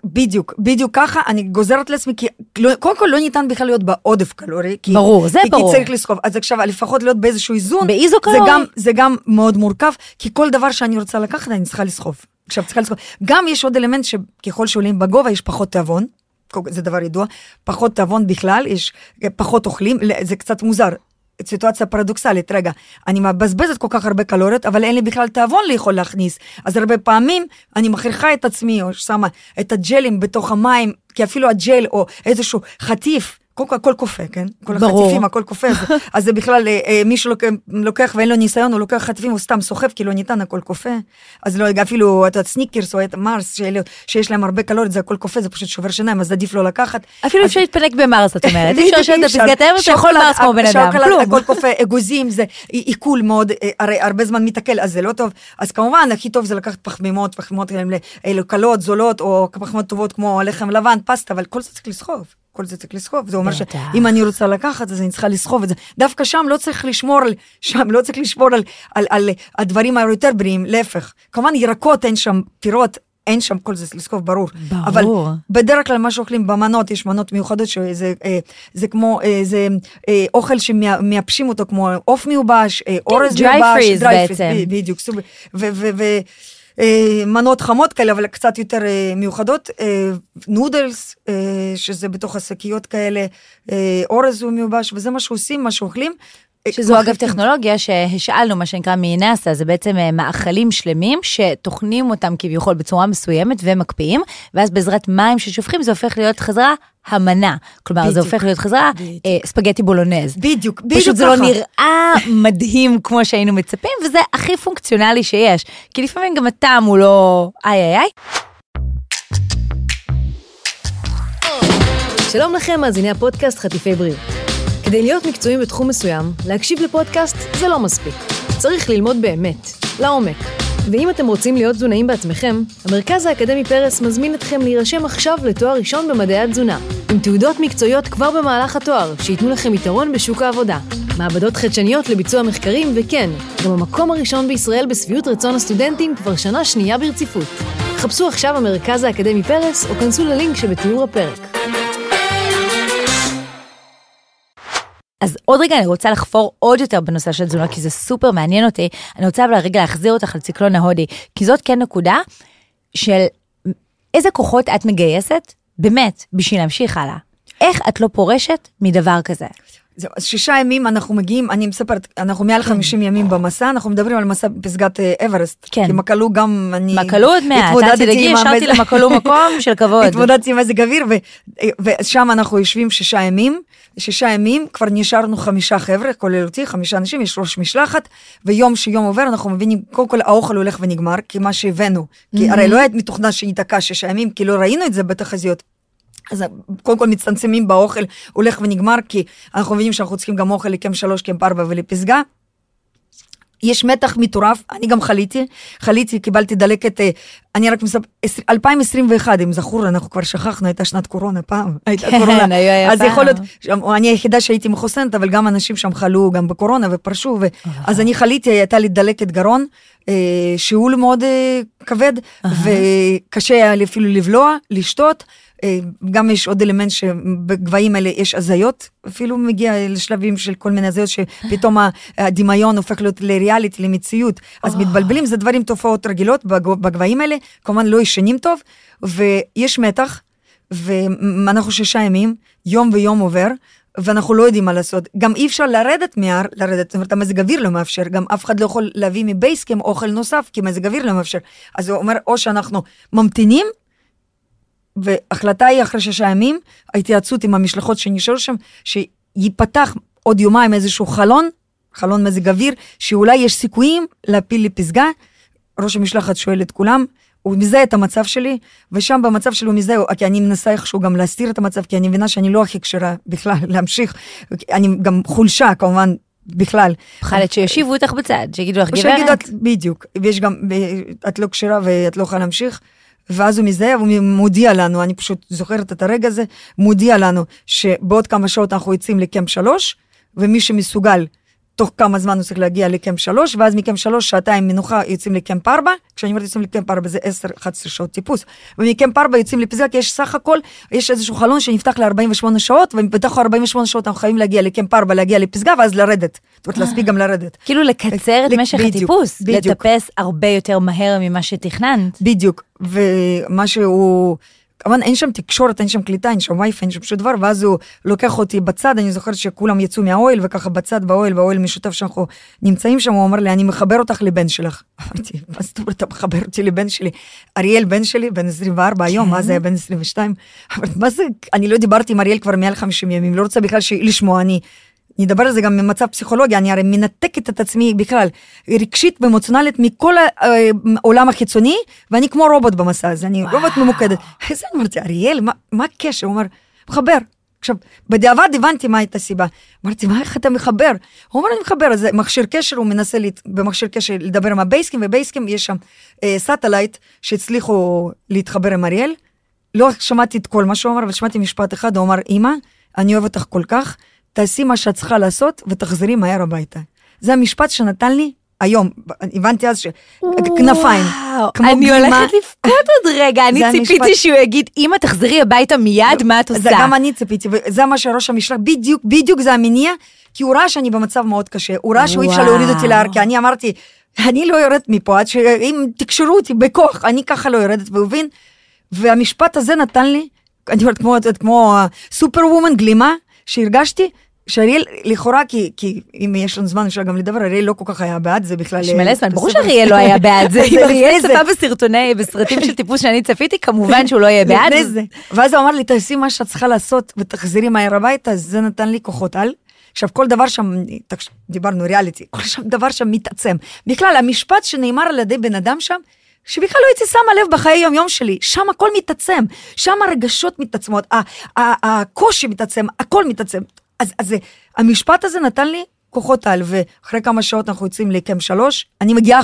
Speaker 2: בדיוק ככה, אני גוזרת לעצמי, כי קודם כל לא ניתן בכלל להיות בעודף קלורי,
Speaker 1: ברור, זה ברור.
Speaker 2: כי צריך לסחוב, אז עכשיו לפחות להיות באיזשהו איזון,
Speaker 1: באיזו קלורי?
Speaker 2: זה גם מאוד מורכב, כי כל דבר שאני רוצה לקחת, אני צריכה לסחוב. עכשיו צריכה לסחוב. גם יש עוד אלמנט שככל שעולים בגובה, יש פחות תיאבון, זה דבר ידוע, פחות תיאבון בכלל, יש פחות אוכלים, זה קצת מוזר. סיטואציה פרדוקסלית, רגע, אני מבזבזת כל כך הרבה קלוריות, אבל אין לי בכלל תיאבון ליכול להכניס, אז הרבה פעמים אני מכריחה את עצמי, או שמה את הג'לים בתוך המים, כי אפילו הג'ל או איזשהו חטיף, הכל קופה, כן? כל החטיפים, הכל קופה, אז זה בכלל, מי שלוקח ואין לו ניסיון, הוא לוקח חטיפים, הוא סתם סוחב, כי לא ניתן, הכל קופה, אז לא, אפילו את סניקרס או את מרס, שיש להם הרבה קלוריות, זה הכל קופה, זה פשוט שובר שיניים, אז עדיף לא לקחת.
Speaker 1: אפילו אפשר להתפנק במרס, את אומרת, אפשר לשבת בפסגת הערב, אתה יכול מרס כמו בן אדם, כלום.
Speaker 2: הכל קופה, אגוזים, זה עיכול מאוד, הרי הרבה זמן מתעכל, אז זה לא טוב, אז כמובן, הכי טוב זה לקחת פחמימות קלות, זולות, או פחמימות טובות כמו לחם לבן, פסטה, אבל כל זה צריך לסחוב. כל זה צריך לסחוב, זה אומר שאם אני רוצה לקחת, אז אני צריכה לסחוב את זה. דווקא שם לא צריך לשמור על הדברים היותר בריאים, להפך. כמובן ירקות אין שם, פירות, אין שם כל זה לסחוב, ברור. אבל בדרך כלל מה שאוכלים במנות, יש מנות מיוחדות, שזה כמו, זה אוכל שמייבשים אותו, כמו עוף מיובש, אורז מיובש,
Speaker 1: dry freeze בעצם.
Speaker 2: בדיוק, מנות חמות כאלה, אבל קצת יותר מיוחדות, נודלס, שזה בתוך השקיות כאלה, אורז הוא מיובש, וזה מה שעושים, מה שאוכלים.
Speaker 1: שזו אגב טכנולוגיה שהשאלנו, מה שנקרא מנאסא, זה בעצם מאכלים שלמים, שתוכנים אותם כביכול בצורה מסוימת ומקפיאים, ואז בעזרת מים ששופכים, זה הופך להיות חזרה המנה. כלומר, זה הופך להיות חזרה ספגטי בולונז.
Speaker 2: בדיוק
Speaker 1: פשוט זה לא נראה מדהים כמו שהיינו מצפים, וזה הכי פונקציונלי שיש. כי לפעמים גם הטעם הוא לא איי.
Speaker 3: שלום לכם, מאזיני הפודקאסט חטיפי בריאות. כדי להיות מקצועיים בתחום מסוים, להקשיב לפודקאסט זה לא מספיק. צריך ללמוד באמת, לעומק. ואם אתם רוצים להיות תזונאים בעצמכם, המרכז האקדמי פרס מזמין אתכם להירשם עכשיו לתואר ראשון במדעי התזונה, עם תעודות מקצועיות כבר במהלך התואר, שיתנו לכם יתרון בשוק העבודה. מעבדות חדשניות לביצוע מחקרים, וכן, גם המקום הראשון בישראל בסביעות רצון הסטודנטים כבר שנה שנייה ברציפות. חפשו עכשיו המרכז האקדמי פרס, או כנסו ללינק שבתיאור הפרק.
Speaker 1: אז עוד רגע אני רוצה לחפור עוד יותר בנושא של תזונה, כי זה סופר מעניין אותי. אני רוצה אבל רגע להחזיר אותך על ציקלון ההודי, כי זאת כן נקודה של איזה כוחות את מגייסת, באמת, בשביל להמשיך הלאה. איך את לא פורשת מדבר כזה?
Speaker 2: זהו, אז 6 ימים אנחנו מגיעים, אני מספרת, אנחנו מעל 50 ימים במסע, אנחנו מדברים על מסע פסגת אברסט.
Speaker 1: כן.
Speaker 2: כי מקלו גם, אני...
Speaker 1: מקלו עוד מעט, אל תדאגי, השארתי למקלו מקום של כבוד.
Speaker 2: התמודדתי עם מזג אוויר, ושם אנחנו יושבים 6 ימים, 6 ימים, כבר נשארנו 5 חבר'ה, כולל אותי, 5 אנשים, יש ראש משלחת, ויום שיום עובר, אנחנו מבינים, קודם כל האוכל הולך ונגמר, כי מה שהבאנו, כי הרי לא היה מתוכנן שנתעקע 6 ימים, כי לא ראינו את זה בתחזיות. אז קודם כל מצטמצמים באוכל, הולך ונגמר, כי אנחנו מבינים שאנחנו צריכים גם אוכל לקם 3, קם 4 ולפסגה. יש מתח מטורף, אני גם חליתי, קיבלתי דלקת, אני רק מספר, 2021, אם זכור, אנחנו כבר שכחנו, הייתה שנת קורונה פעם, הייתה קורונה, אז יכול להיות, אני היחידה שהייתי מחוסנת, אבל גם אנשים שם חלו גם בקורונה ופרשו, אז אני חליתי, הייתה לי דלקת גרון, שיעול מאוד כבד, וקשה היה אפילו לבלוע, לשתות, גם יש עוד אלמנט שבגבהים האלה יש הזיות, אפילו מגיע לשלבים של כל מיני הזיות שפתאום הדמיון הופך להיות לריאליטי, למציאות, אז מתבלבלים, זה דברים תופעות רגילות בגבהים האלה, כמובן לא ישנים טוב, ויש מתח, ואנחנו 6 ימים, יום ויום עובר, ואנחנו לא יודעים מה לעשות, גם אי אפשר לרדת מהר, זאת אומרת, המזג אוויר לא מאפשר, גם אף אחד לא יכול להביא מבייסקם אוכל נוסף, כי מזג אוויר לא מאפשר, אז הוא אומר, או שאנחנו ממתינים, והחלטה היא אחרי 6 ימים, ההתייעצות עם המשלחות שנשארו שם, שיפתח עוד יומיים איזשהו חלון מזג אוויר, שאולי יש סיכויים להפיל לפסגה, ראש המשלחת שואל את כולם, הוא מזהה את המצב שלי, ושם במצב שלו מזהה, כי אני מנסה איכשהו גם להסתיר את המצב, כי אני מבינה שאני לא הכי קשרה בכלל להמשיך, אני גם חולשה כמובן בכלל.
Speaker 1: חלת שיושיבו אותך בצד, שיגידו לך גברת.
Speaker 2: בדיוק, ויש גם, את לא קשרה ואת לא יכולה להמשיך, ואז הוא מזהה, והוא מודיע לנו, אני פשוט זוכרת את הרגע הזה, מודיע לנו שבעוד כמה שעות אנחנו יוצאים לקמפ 3, ומי שמסוגל תוך כמה זמן הוא צריך להגיע לקמפ 3, ואז מקמפ 3 שעתיים מנוחה יוצאים לקמפ 4, כשאני אומרת יוצאים לקמפ 4 זה 10-11 שעות טיפוס, ומקמפ 4 יוצאים לפסגה, כי יש סך הכל, יש איזשהו חלון שנפתח ל-48 שעות, ובתוך 48 שעות אנחנו חייבים להגיע לקמפ 4, להגיע לפסגה, ואז לרדת, זאת אומרת להספיק גם לרדת.
Speaker 1: כאילו לקצר את משך הטיפוס, לטפס הרבה יותר מהר ממה שתכננת.
Speaker 2: בדיוק, ומה שהוא... כמובן אין שם תקשורת, אין שם קליטה, אין שם וייף, אין שם פשוט דבר, ואז הוא לוקח אותי בצד, אני זוכרת שכולם יצאו מהאוהל, וככה בצד באוהל משותף שאנחנו נמצאים שם, הוא אמר לי, אני מחבר אותך לבן שלך. אמרתי, מה זאת אומרת, אתה מחבר אותי לבן שלי? אריאל בן שלי, בן 24 היום, אז היה בן 22. אמרתי, מה זה? אני לא דיברתי עם אריאל כבר מעל 50 ימים, לא רוצה בכלל לשמוע, אני נדבר על זה גם ממצב פסיכולוגי, אני הרי מנתקת את עצמי בכלל, רגשית ואמוציונלית מכל העולם החיצוני, ואני כמו רובוט במסע הזה, אני רובוט ממוקדת. אז אני אמרתי, אריאל, מה הקשר? הוא אומר, מחבר. עכשיו, בדיעבד הבנתי מה הייתה הסיבה. אמרתי, מה, איך אתה מחבר? הוא אומר, אני מחבר, אז מכשיר קשר, הוא מנסה במכשיר קשר לדבר עם הבייסקים, ובייסקים יש שם סאטלייט שהצליחו להתחבר עם אריאל. לא שמעתי את כל מה שהוא אמר, אבל שמעתי משפט אחד, הוא אמר, אמא, אני אוהב אותך כל כך, תעשי מה שאת צריכה לעשות, ותחזרי מהר הביתה. זה המשפט שנתן לי היום, הבנתי אז כנפיים.
Speaker 1: אני הולכת לפקוד עוד רגע, אני ציפיתי שהוא יגיד, אמא תחזרי הביתה מיד, מה את עושה?
Speaker 2: זה גם אני ציפיתי, וזה מה שראש המשלח, בדיוק זה המניע, כי הוא ראה שאני במצב מאוד קשה, הוא ראה שהוא אי אפשר להוריד אותי להר, כי אני אמרתי, אני לא יורדת מפה, עד שאם תקשרו אותי בכוח, אני ככה לא יורדת, והוא הבין, והמשפט הזה נתן לי, אני אומרת כמו סופר וומן גלימה, שהרגשתי, שאריאל, לכאורה, כי אם יש לנו זמן אפשר גם לדבר, אריאל לא כל כך היה בעד, זה בכלל...
Speaker 1: שמלא זמן, ברור שאריאל לא היה בעד זה, אם אריאל צפה בסרטים של טיפוס שאני צפיתי, כמובן שהוא לא יהיה בעד.
Speaker 2: ואז הוא אמר לי, תעשי מה שאת צריכה לעשות, ותחזרי מהר הביתה, אז זה נתן לי כוחות על. עכשיו, כל דבר שם, דיברנו ריאליטי, כל דבר שם מתעצם. בכלל, המשפט שנאמר על ידי בן אדם שם, שבכלל לא הייתי שמה לב בחיי יום שלי, שם הכל מתעצם, שם הרגשות מתעצמות, הקושי מתעצם, הכל מתעצם. אז המשפט הזה נתן לי כוחות על, ואחרי כמה שעות אנחנו יוצאים לקמפ 3, אני מגיעה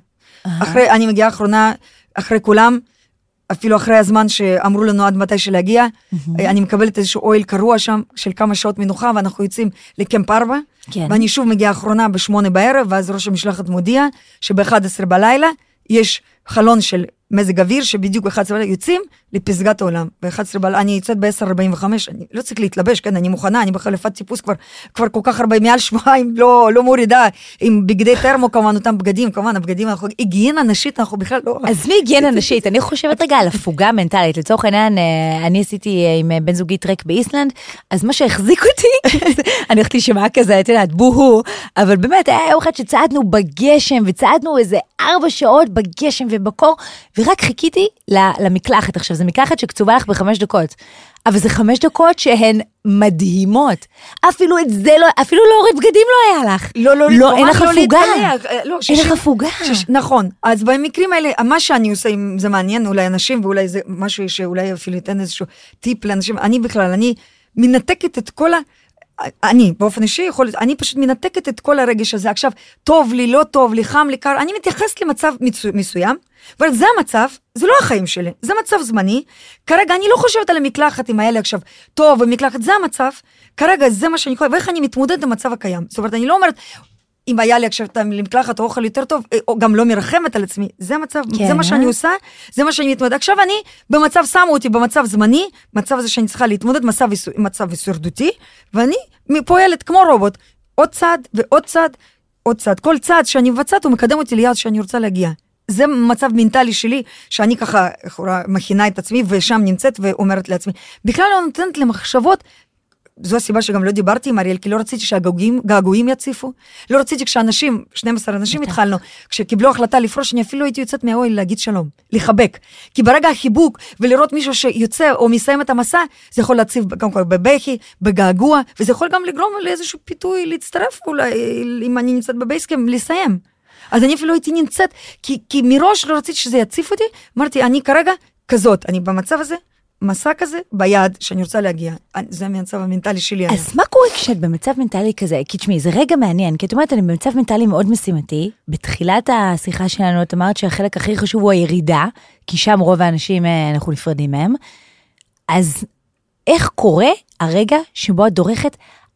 Speaker 2: אחרונה, אחרי כולם, אפילו אחרי הזמן שאמרו לנו עד מתי שלהגיע, אני מקבלת איזשהו אוהל קרוע שם, של כמה שעות מנוחה, ואנחנו יוצאים לקמפ 4, ואני שוב מגיעה אחרונה ב8 בערב, ואז ראש המשלחת מודיע, שב11 בלילה, יש חלון של מזג אוויר, שבדיוק ב-11 בלילה יוצאים לפסגת העולם. ב-11 בלילה, אני יוצאת ב-10:45, אני לא צריך להתלבש, כן, אני מוכנה, אני בחליפת טיפוס כבר כל כך הרבה, מעל שבועיים, לא מורידה, עם בגדי טרמו, כמובן, אותם בגדים, כמובן, הבגדים, אנחנו, היגיינה נשית, אנחנו בכלל לא...
Speaker 1: אז מי היגיינה נשית? אני חושבת רגע על הפוגה מנטלית, לצורך העניין, אני עשיתי עם בן זוגי טרק באיסלנד, אז מה שהחזיק אותי, אני הולכתי שמעה כזה, את יודעת, בוהו, אבל באמת, היה יום אחד שצעדנו בגשם, וצעדנו איזה 4 שעות בגשם ובקור, ורק חיכיתי למקלחת. עכשיו, זה מקלחת שקצובה לך ב5 דקות, אבל זה 5 דקות שהן מדהימות. אפילו את זה לא, אפילו להוריד בגדים לא היה לך. לא, אין לך הפוגה. אין לך הפוגה.
Speaker 2: נכון. אז במקרים האלה, מה שאני עושה, אם זה מעניין, אולי אנשים, ואולי זה משהו שאולי אפילו ייתן איזשהו טיפ לאנשים, אני בכלל, אני מנתקת את כל אני, באופן אישי יכול להיות, אני פשוט מנתקת את כל הרגש הזה. עכשיו, טוב לי, לא טוב לי, חם לי, קר, אני מתייחסת למצב מסוים, אבל זה המצב, זה לא החיים שלי, זה מצב זמני. כרגע אני לא חושבת על המקלחת עם האלה עכשיו, טוב, ומקלחת, זה המצב, כרגע זה מה שאני יכולה, ואיך אני מתמודדת במצב הקיים. זאת אומרת, אני לא אומרת, אם היה לי עכשיו למקלחת או אוכל יותר טוב, או גם לא מרחמת על עצמי, זה המצב, זה מה שאני עושה, זה מה שאני מתמודדת. עכשיו אני במצב, שמו אותי במצב זמני, מצב הזה שאני צריכה להתמודד, מצב הישרדותי, ואני פועלת כמו רובוט, עוד צעד ועוד צעד, עוד צעד. כל צעד שאני מבצעת הוא מקדם אותי ליד שאני רוצה להגיע. זה מצב מנטלי שלי, שאני ככה מכינה את עצמי, ושם נמצאת ואומרת לעצמי. בכלל לא נותנת למחשבות, זו הסיבה שגם לא דיברתי עם אריאל, כי לא רציתי שהגעגועים יציפו, לא רציתי כשאנשים, 12 אנשים התחלנו, כשקיבלו החלטה לפרוש, אני אפילו הייתי יוצאת מהאוהל להגיד שלום, לחבק, כי ברגע החיבוק, ולראות מישהו שיוצא או מסיים את המסע, זה יכול להציף גם כל בבכי, בגעגוע, וזה יכול גם לגרום לאיזשהו פיתוי, להצטרף אולי, אם אני נמצאת בבייסקאמפ, לסיים. אז אני אפילו הייתי נמצאת, כי מראש לא רציתי שזה יציף אותי, אמרתי, אני כרגע כזאת, אני במצב הזה, מסע כזה ביד שאני רוצה להגיע. זה מהמצב המנטלי שלי.
Speaker 1: אז מה קורה כשאת במצב מנטלי כזה? כי תשמעי, זה רגע מעניין, כי את אומרת, אני במצב מנטלי מאוד משימתי. בתחילת השיחה שלנו, את אמרת שהחלק הכי חשוב הוא הירידה, כי שם רוב האנשים אנחנו נפרדים מהם. אז איך קורה הרגע שבו את דורכת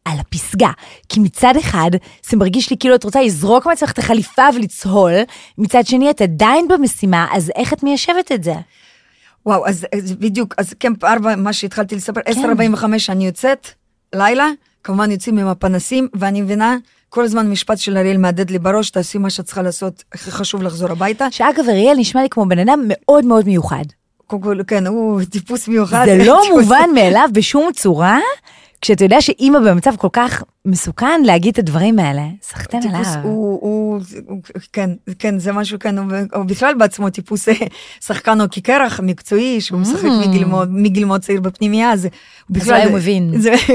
Speaker 1: על הפסגה, כי מצד אחד זה מרגיש לי כאילו את רוצה לזרוק מעצמך את החליפה ולצהול, מצד שני את עדיין במשימה, אז איך את מיישבת את זה?
Speaker 2: וואו, אז בדיוק, אז קמפ 4, מה שהתחלתי לספר, 10:45 אני יוצאת, לילה, כמובן יוצאים עם הפנסים, ואני מבינה, כל הזמן משפט של אריאל מעדד לי בראש, תעשי מה שאת צריכה לעשות, הכי חשוב לחזור הביתה.
Speaker 1: שאגב, אריאל נשמע לי כמו בן אדם מאוד מאוד מיוחד.
Speaker 2: כן, הוא טיפוס מיוחד.
Speaker 1: זה לא מובן מאליו בשום צורה, כשאתה יודע שאימא במצב כל כך מסוכן להגיד את הדברים האלה, סחטן עליו.
Speaker 2: כן, זה משהו, כן, הוא בכלל בעצמו טיפוס שחקן או כקרח מקצועי, שהוא משחק מגיל מאוד צעיר בפנימיה, אז
Speaker 1: בכלל הוא מבין.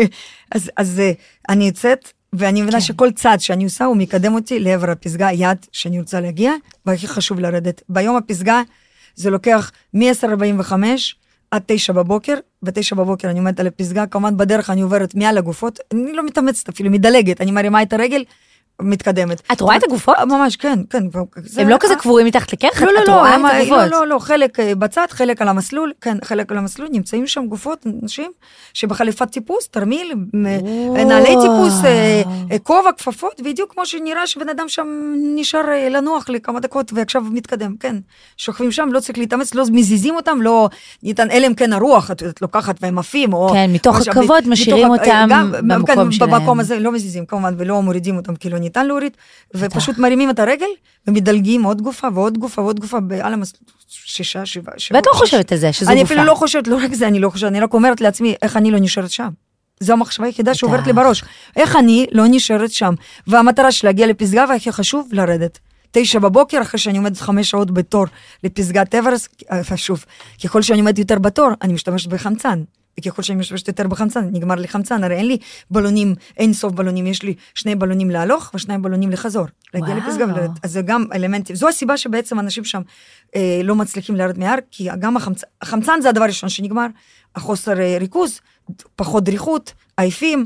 Speaker 2: אז אני יוצאת, ואני מבינה שכל צעד שאני עושה, הוא מקדם אותי לעבר הפסגה, יד שאני רוצה להגיע, והכי חשוב לרדת. ביום הפסגה, זה לוקח מ-10:45 עד 9 בבוקר, ב-9 בבוקר אני עומדת על הפסגה, כמובן בדרך אני עוברת מעל הגופות, אני לא מתאמצת אפילו, מדלגת, אני מרימה את הרגל, מתקדמת.
Speaker 1: את רואה את הגופות?
Speaker 2: ממש, כן.
Speaker 1: הם לא כזה קבורים מתחת לקרח? את רואה את הגופות?
Speaker 2: לא, חלק בצד, חלק על המסלול, כן, חלק על המסלול, נמצאים שם גופות, אנשים שבחליפת טיפוס, תרמיל, נעלי טיפוס, כובע, כפפות, בדיוק כמו שנראה שבן אדם שם נשאר לנוח לכמה דקות, ועכשיו מתקדם, כן. שוכבים שם, לא צריך להתאמץ, לא מזיזים אותם, לא ניתן אליהם כן הרוח, את לוקחת והם עפים,
Speaker 1: כן, מתוך הכבוד משאירים אותם במקום שלהם.
Speaker 2: במקום הזה לא מזיזים, כמובן, ולא מורידים אותם, כי לא ניתן להוריד, ופשוט מרימים את הרגל, ומדלגים עוד גופה ועוד גופה ועוד גופה, על המסלול 6, 7.
Speaker 1: ואת לא חושבת על זה, שזו גופה.
Speaker 2: אני אפילו לא חושבת, לא רק זה, אני לא חושבת, אני רק אומרת לעצמי, איך אני לא נשארת שם. זו המחשבה היחידה שעוברת לי בראש. איך אני לא נשארת שם. והמטרה שלה להגיע לפסגה, והכי חשוב, לרדת. 9 בבוקר, אחרי שאני עומדת 5 שעות בתור לפסגת אברסט, שוב, ככל שאני עומדת יותר בתור, אני משתמשת בחמצן. וככל שאני משתמשת יותר בחמצן, נגמר לי חמצן, הרי אין לי בלונים, אין סוף בלונים, יש לי 2 בלונים להלוך, ו2 בלונים לחזור. להגיע לפסגה ולרדת. אז זה גם אלמנטים. זו הסיבה שבעצם אנשים שם לא מצליחים לרדת מהר, כי גם החמצן זה הדבר הראשון שנגמר, החוסר ריכוז, פחות דריכות, עייפים,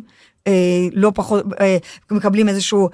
Speaker 2: לא פחות, מקבלים איזשהו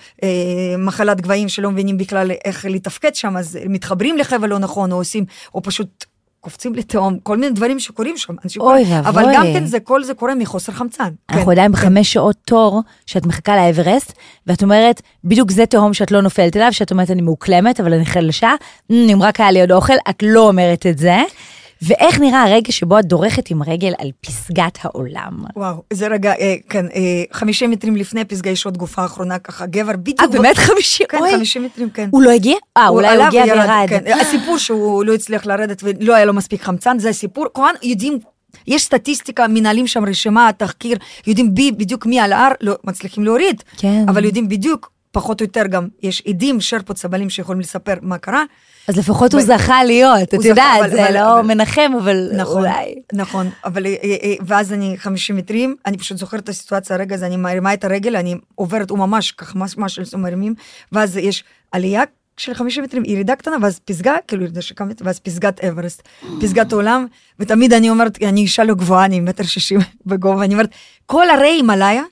Speaker 2: מחלת גבהים שלא מבינים בכלל איך לתפקד שם, אז מתחברים לחבל לא נכון, או עושים, או פשוט קופצים לתאום, כל מיני דברים שקורים שם. אבל גם כן כל זה קורה מחוסר חמצן.
Speaker 1: אנחנו עדיין ב5 שעות תור, שאת מחכה לאברסט, ואת אומרת, בדיוק זה תהום שאת לא נופלת אליו, שאת אומרת, אני מאוקלמת, אבל אני חלשה, אם רק היה לי עוד אוכל, את לא אומרת את זה. ואיך נראה הרגע שבו את דורכת עם רגל על פסגת העולם?
Speaker 2: וואו, זה רגע, כן, 50 מטרים לפני פסגה יש עוד גופה האחרונה, ככה גבר בדיוק.
Speaker 1: באמת 50?
Speaker 2: כן, 50 מטרים, כן.
Speaker 1: הוא לא הגיע? אולי הוא הגיע וירד.
Speaker 2: הסיפור שהוא לא הצליח לרדת ולא היה לו מספיק חמצן, זה הסיפור, כמובן יודעים, יש סטטיסטיקה, מנהלים שם רשימה, תחקיר, יודעים בדיוק מי על ההר, לא מצליחים להוריד, אבל יודעים בדיוק, פחות או יותר גם, יש עדים, שרפות סבלים שיכולים לספר מה קרה,
Speaker 1: אז לפחות הוא זכה להיות, את יודעת, זה לא מנחם, אבל אולי.
Speaker 2: נכון, אבל, ואז אני 50 מטרים, אני פשוט זוכרת את הסיטואציה הרגע, אז אני מרימה את הרגל, אני עוברת, וממש כך, ממש מרימים, ואז יש עלייה של 50 מטרים, ירידה קטנה, ואז פסגה, כאילו ירידה שקמת, ואז פסגת אברסט, פסגת העולם, ותמיד אני אומרת, אני אישה לא גבוהה, אני 1.60 בגובה, אני אומרת, כל הרי הימלאיה,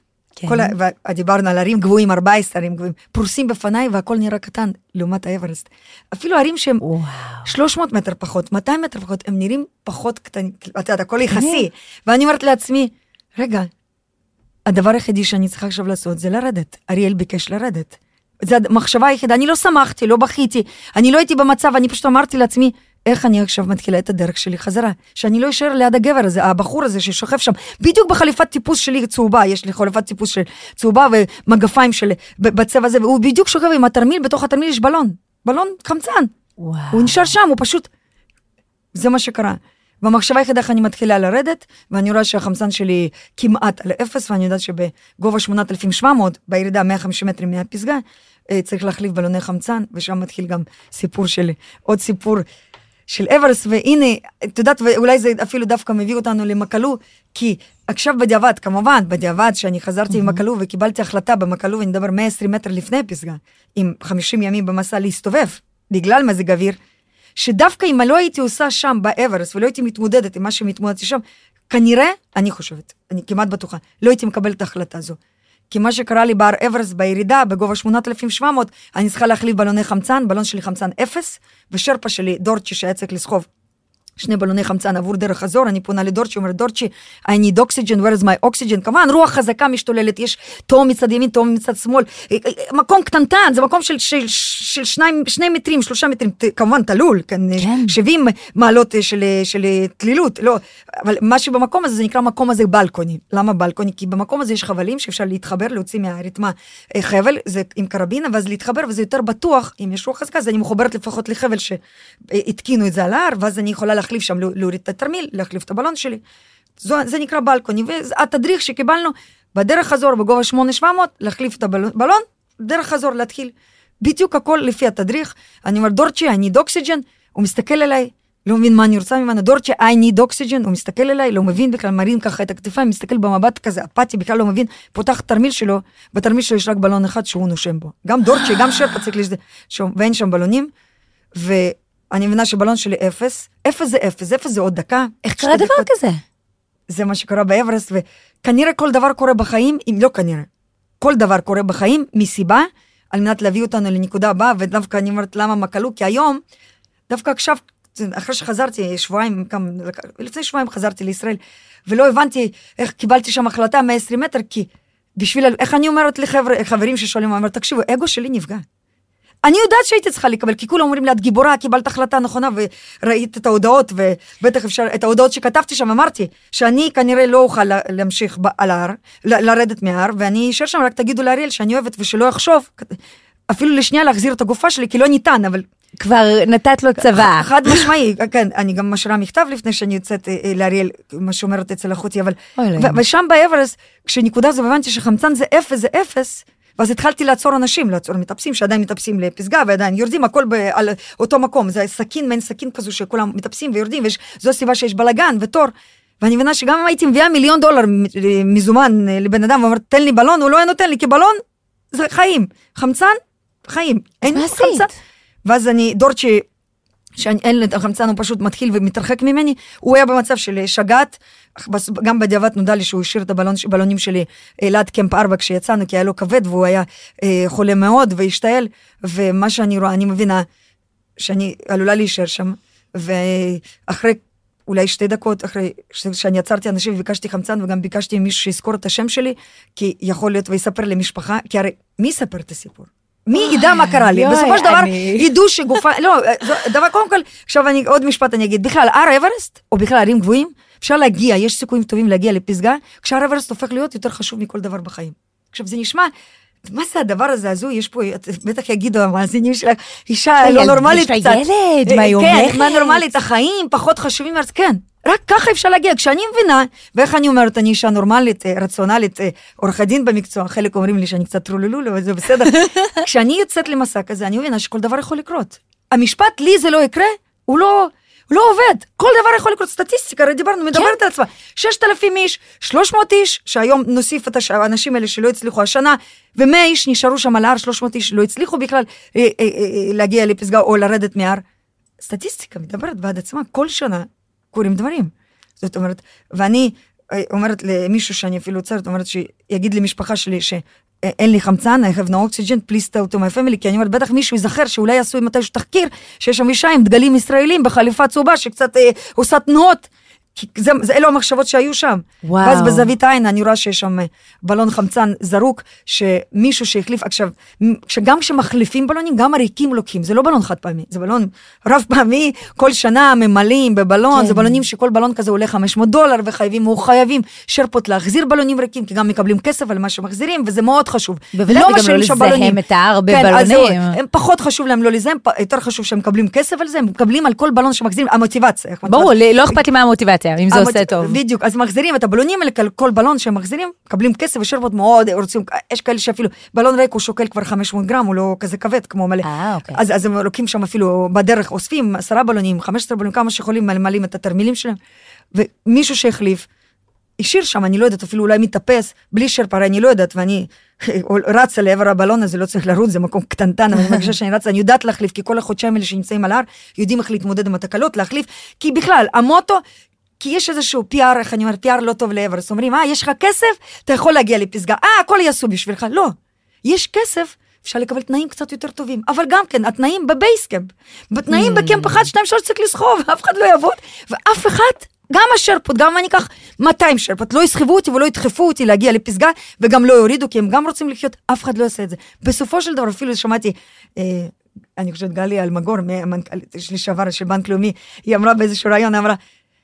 Speaker 2: דיברנו על ערים גבוהים, 14 ערים גבוהים, פרוסים בפניי, והכל נראה קטן, לעומת האברסט. אפילו ערים שהם 300 מטר פחות, 200 מטר פחות, הם נראים פחות קטנים, אתה יודע, הכל יחסי. ואני אומרת לעצמי, רגע, הדבר היחידי שאני צריכה עכשיו לעשות, זה לרדת. אריאל ביקש לרדת. זו המחשבה היחידה, אני לא שמחתי, לא בכיתי, אני לא הייתי במצב, אני פשוט אמרתי לעצמי, איך אני עכשיו מתחילה את הדרך שלי חזרה, שאני לא אשאר ליד הגבר הזה, הבחור הזה ששוכב שם, בדיוק בחליפת טיפוס שלי צהובה, יש לי חליפת טיפוס של צהובה ומגפיים שלי בצבע הזה, והוא בדיוק שוכב עם התרמיל, בתוך התרמיל יש בלון חמצן, הוא נשאר שם, הוא פשוט, זה מה שקרה. במחשבה היחידה איך אני מתחילה לרדת, ואני רואה שהחמצן שלי כמעט על 0, ואני יודעת שבגובה 8,700, בירידה 150 מטרים מהפסגה, צריך להחליף בלוני חמצן, ושם מתחיל גם סיפור של, עוד סיפור של אברסט, והנה, את יודעת, ואולי זה אפילו דווקא מביא אותנו למקלו, כי עכשיו בדיעבד, כמובן, בדיעבד שאני חזרתי עם מקלו, וקיבלתי החלטה במקלו, ואני מדבר 120 מטר לפני הפסגה, עם 50 ימים במסע להסתובב, בגלל מזג אוויר, שדווקא אם לא הייתי עושה שם באברסט, ולא הייתי מתמודדת עם מה שמתמודדתי שם, כנראה, אני חושבת, אני כמעט בטוחה, לא הייתי מקבלת את ההחלטה הזו. כי מה שקרה לי בהר אברסט בירידה, בגובה 8,700, אני צריכה להחליף בלוני חמצן, בלון שלי חמצן 0, ושרפה שלי, דורצ'י שהיה צריך לסחוב 2 בלוני חמצן עבור דרך חזור, אני פונה לדורצ'י, אומרת, דורצ'י, I need oxygen, where is my oxygen? כמובן, רוח חזקה משתוללת, יש תום מצד ימין, תום מצד שמאל, מקום קטנטן, זה מקום של 2 מטרים, 3 מטרים, כמובן תלול, 70 מעלות של תלילות, לא, אבל מה שבמקום הזה, זה נקרא מקום הזה בלקוני. למה בלקוני? כי במקום הזה יש חבלים שאפשר להתחבר, להוציא מהרתמה חבל, זה עם קרבינה, ואז להתחבר, וזה יותר בטוח, אם יש רוח חזקה, אז אני מחוברת לפחות לחבל שהתקינו את זה על ההר, ואז אני יכולה להחליף שם, להוריד את התרמיל, להחליף את הבלון שלי. זה נקרא בלקוני, והתדריך שקיבלנו, בדרך חזור, בגובה 8,700, להחליף את הבלון, דרך חזור להתחיל. בדיוק הכל לפי התדריך. אני אומר, דורצ'י, I need oxygen, הוא מסתכל אליי, לא מבין מה אני רוצה ממנו, דורצ'י, I need oxygen, הוא מסתכל אליי, לא מבין בכלל, מרים ככה את הכתפיים, מסתכל במבט כזה, אפתי, בכלל לא מבין, פותח תרמיל שלו, בתרמיל שלו יש רק בלון אחד שהוא נושם בו. גם דורצ'י, גם שרפה צריך לשום, ואין שם בלונים, ואני מבינה שבלון שלי 0, 0 זה 0, 0 זה עוד דקה.
Speaker 1: איך קרה דבר כזה?
Speaker 2: זה מה שקרה באברסט, וכנראה כל דבר קורה בחיים, אם לא כנראה, כל דבר קורה בחיים, מסיבה, על מנת להביא אותנו לנקודה הבאה, ודווקא אני אומרת למה מקלו, כי היום, דווקא עכשיו, אחרי שחזרתי שבועיים, לפני שבועיים חזרתי לישראל, ולא הבנתי איך קיבלתי שם החלטה 120 מטר, כי בשביל, איך אני אומרת לחברים ששואלים, אומר, תקשיבו, אגו שלי נפגע. אני יודעת שהייתי צריכה לקבל, כי כולם אומרים לי, את גיבורה, קיבלת החלטה נכונה, וראית את ההודעות, ובטח אפשר, את ההודעות שכתבתי שם, אמרתי, שאני כנראה לא אוכל להמשיך על ההר, לרדת מההר, ואני אשאר שם, רק תגידו לאריאל שאני אוהבת, ושלא אחשוב, אפילו לשנייה להחזיר את הגופה שלי, כי לא ניתן, אבל...
Speaker 1: כבר נתת לו צבא.
Speaker 2: חד משמעי, כן, אני גם משאירה מכתב לפני שאני יוצאת לאריאל, מה שאומרת אצל אחותי, אבל... ושם באברסט, כשנקודה זו הבנתי שחמצן זה 0, זה 0, ואז התחלתי לעצור אנשים, לעצור מטפסים, שעדיין מטפסים לפסגה, ועדיין יורדים, הכל על אותו מקום, זה סכין, מעין סכין כזו, שכולם מטפסים ויורדים, וזו הסיבה שיש בלגן ותור, ואני מבינה שגם אם הייתי מביאה $1,000,000 מזומן לבן אדם, ואומרת, תן לי בלון, הוא לא היה נותן לי, כי בלון זה חיים, חמצן, חיים, אין חמצן. ואז אני, דורצ'י, שאין לי את החמצן, הוא פשוט מתחיל ומתרחק ממני, הוא היה במצב של שגעת, גם בדיעבד נודע לי שהוא השאיר את הבלונים שלי ליד קמפ 4 כשיצאנו, כי היה לו כבד, והוא היה חולה מאוד והשתעל, ומה שאני רואה, אני מבינה שאני עלולה להישאר שם, ואחרי אולי 2 דקות, אחרי שאני עצרתי אנשים וביקשתי חמצן, וגם ביקשתי מישהו שיזכור את השם שלי, כי יכול להיות ויספר למשפחה, כי הרי מי יספר את הסיפור? מי ידע מה קרה לי? בסופו של דבר ידעו שגופה, לא, דבר קודם כל, עכשיו עוד משפט אני אגיד, בכלל, הר אברסט, או בכלל ערים גבוהים, אפשר להגיע, יש סיכויים טובים להגיע לפסגה, כשהר אברסט הופך להיות יותר חשוב מכל דבר בחיים. עכשיו זה נשמע, מה זה הדבר הזה הזו? יש פה, בטח יגידו המאזינים שלך, אישה לא נורמלית קצת.
Speaker 1: יש לה ילד, מה היא אומרת?
Speaker 2: כן, מה נורמלית, החיים פחות חשובים, כן. רק ככה אפשר להגיע, כשאני מבינה, ואיך אני אומרת, אני אישה נורמלית, רציונלית, עורכת דין במקצוע, חלק אומרים לי שאני קצת טרולולו, אבל זה בסדר. כשאני יוצאת למסע כזה, אני מבינה שכל דבר יכול לקרות. המשפט, לי זה לא יקרה, הוא לא עובד. כל דבר יכול לקרות, סטטיסטיקה, הרי דיברנו, מדברת על עצמה. 6,000 איש, 300 איש, שהיום נוסיף את האנשים האלה שלא הצליחו השנה, ו100 איש נשארו שם על ההר, 300 איש לא הצליחו בכלל להגיע לפסגה או לרדת מההר. סטטיסטיקה מדברת בעד עצמה, כל שנה קורים דברים. זאת אומרת, ואני אומרת למישהו שאני אפילו עוצרת, אומרת שיגיד למשפחה שלי שאין לי חמצן, I have no oxygen, please tell to my family, כי אני אומרת, בטח מישהו יזכר שאולי יעשו מתישהו תחקיר, שיש שם אישה עם דגלים ישראלים בחליפה צהובה, שקצת עושה תנועות, כי אלו המחשבות שהיו שם.
Speaker 1: וואו.
Speaker 2: ואז בזווית העין אני רואה שיש שם בלון חמצן זרוק, שמישהו שהחליף, עכשיו, שגם כשמחליפים בלונים, גם הריקים לוקחים, זה לא בלון חד פעמי, זה בלון רב פעמי, כל שנה ממלאים בבלון, כן. זה בלונים שכל בלון כזה עולה $500, וחייבים שרפות להחזיר בלונים ריקים, כי גם מקבלים כסף על מה שמחזירים, וזה מאוד חשוב.
Speaker 1: בוודאי, גם לא לזהם את ההר בבלונים.
Speaker 2: הם פחות חשוב להם לא לזהם, יותר חשוב שהם מקבלים כסף על זה, הם מקבלים על כל בלון שמחזירים, המוטיבציה.
Speaker 1: ברור, לא אכפת לי מה המוטיבציה, אם זה עושה טוב.
Speaker 2: בדיוק, אז מחזירים את הבלונים האלה, כל בלון שהם מחזירים, מקבלים כסף ושרפות מאוד, רוצים, יש כאלה שאפילו, בלון ריק הוא שוקל כבר 500 גרם, הוא לא כזה כבד כמו מלא.
Speaker 1: אוקיי.
Speaker 2: אז הם לוקחים שם אפילו בדרך, אוספים 10 בלונים, 15 בלונים, כמה שיכולים למלאים את התרמילים שלהם, ומישהו שהחליף, השאיר שם, אני לא יודעת, אפילו אולי מתאפס, בלי שרפה, הרי אני לא יודעת, ואני רצה לעבר הבלון הזה, לא צריך לרוץ, זה מקום קטנטן, אבל אני מרגישה שאני רצה, אני יודעת להחליף, כי כל החודשיים האלה שנמצאים על ההר, יודעים איך להתמודד עם התקלות, להחליף, כי בכלל, המוטו, כי יש איזשהו PR, איך אני אומרת, PR לא טוב לאברסט, אומרים, יש לך כסף, אתה יכול להגיע לפסגה, הכל יעשו בשבילך, לא, יש כסף, אפשר לקבל תנאים קצת יותר טובים, אבל גם כן, התנאים בבייסקאמפ, בתנאים בקמפ 1, 2, 3 צריך לסחוב, אף אחד לא יעבוד, ואף אחד, גם השרפות, גם אם אני אקח 200 שרפות, לא יסחבו אותי ולא ידחפו אותי להגיע לפסגה, וגם לא יורידו, כי הם גם רוצים לחיות, אף אחד לא יעשה את זה. בסופו של דבר, אפילו שמעתי, אני חושבת גלי אלמגור, המנכ"לית לשעבר של בנק לאומי, היא אמרה באיזשהו רעיון, אמרה,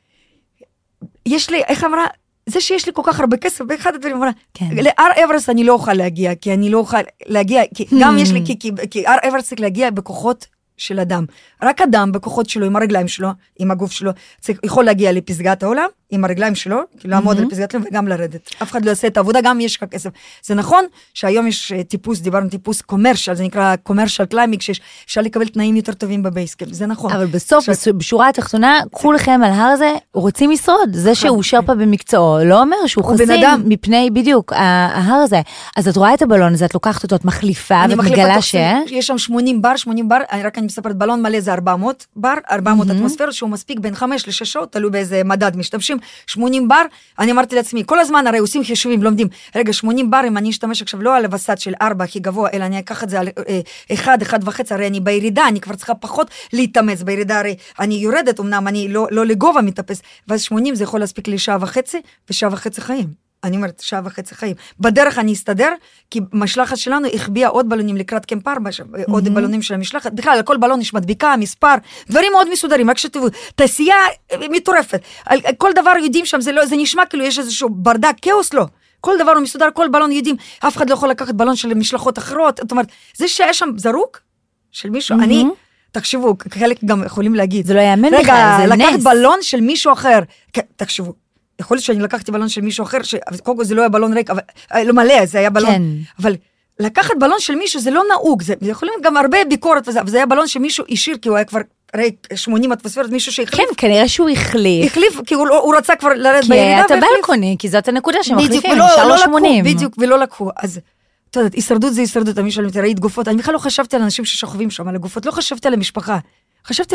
Speaker 2: יש לי, איך אמרה, זה שיש לי כל כך הרבה כסף, באחד הדברים אמרה, להר אברסט אני לא אוכל להגיע, כי אני לא אוכל להגיע, כי גם יש לי, כי הר אברסט צריך להגיע בכוחות של אדם. רק אדם בכוחות שלו, עם הרגליים שלו, עם הגוף שלו, יכול להגיע לפסגת העולם, עם הרגליים שלו, כי לעמוד על פסגת העולם, וגם לרדת. אף אחד לא יעשה את העבודה, גם יש לך כסף. זה נכון שהיום יש טיפוס, דיברנו טיפוס קומרשל, זה נקרא קומרשל קליימינג, שאפשר לקבל תנאים יותר טובים בבייסקאמפ, זה נכון.
Speaker 1: אבל בסוף, בשורה התחתונה, כולכם על הר הזה רוצים לשרוד. זה שהוא שרפה במקצועו, לא אומר שהוא חסין מפני בדיוק ההר הזה. אז את רואה את הבלון הזה, את לוקחת אותו, את מחליפה, ואת מגלה
Speaker 2: יש שם 80 בר, רק אני מספרת, בלון מלא זה 400 בר, 400 אטמוספירות, שהוא מספיק בין 5 ל-6 שעות, תלוי באיזה מדד משתמשים, 80 בר, אני אמרתי לעצמי, כל הזמן הרי עושים חישובים, לומדים, רגע, 80 בר, אם אני אשתמש עכשיו לא על הווסת של 4 הכי גבוה, אלא אני אקח את זה על 1, 1.5, הרי אני בירידה, אני כבר צריכה פחות להתאמץ, בירידה הרי אני יורדת, אמנם אני לא לגובה מתאפס, ואז 80 זה יכול להספיק לי 1.5 שעה ו1.5 חיים. אני אומרת, 1.5 שעה חיים. בדרך אני אסתדר, כי משלחת שלנו החביאה עוד בלונים לקראת קמפ 4, עוד בלונים של המשלחת. בכלל, על כל בלון יש מדביקה, מספר, דברים מאוד מסודרים, רק שתראו, תעשייה מטורפת. על כל דבר יודעים שם, זה נשמע כאילו יש איזשהו ברדק, כאוס לא. כל דבר הוא מסודר, כל בלון יודעים, אף אחד לא יכול לקחת בלון של משלחות אחרות. זאת אומרת, זה שיש שם זרוק של מישהו, אני, תחשבו, חלק גם יכולים להגיד.
Speaker 1: זה לא יאמן בכלל, זה נס.
Speaker 2: לקחת בלון של מישהו אחר, תחשבו. יכול להיות שאני לקחתי בלון של מישהו אחר, קודם כל זה לא היה בלון ריק, לא מלא, זה היה בלון, אבל לקחת בלון של מישהו זה לא נהוג, זה יכולים גם הרבה ביקורת, וזה היה בלון שמישהו אישיר, כי הוא היה כבר ריק 80 אטמוספירות, מישהו שהחליף.
Speaker 1: כן, כנראה שהוא החליף,
Speaker 2: כי הוא רצה כבר לרדת בירידה.
Speaker 1: כי אתה בלקוני, כי זאת הנקודה שמחליפים, נשאר 80.
Speaker 2: בדיוק, ולא לקחו, אז אתה יודעת, הישרדות זה הישרדות, אני שואלת, ראית גופות, אני בכלל לא חשבתי על אנשים ששוכבים שם, על הגופות, לא חשבתי על המשפחה. חשבתי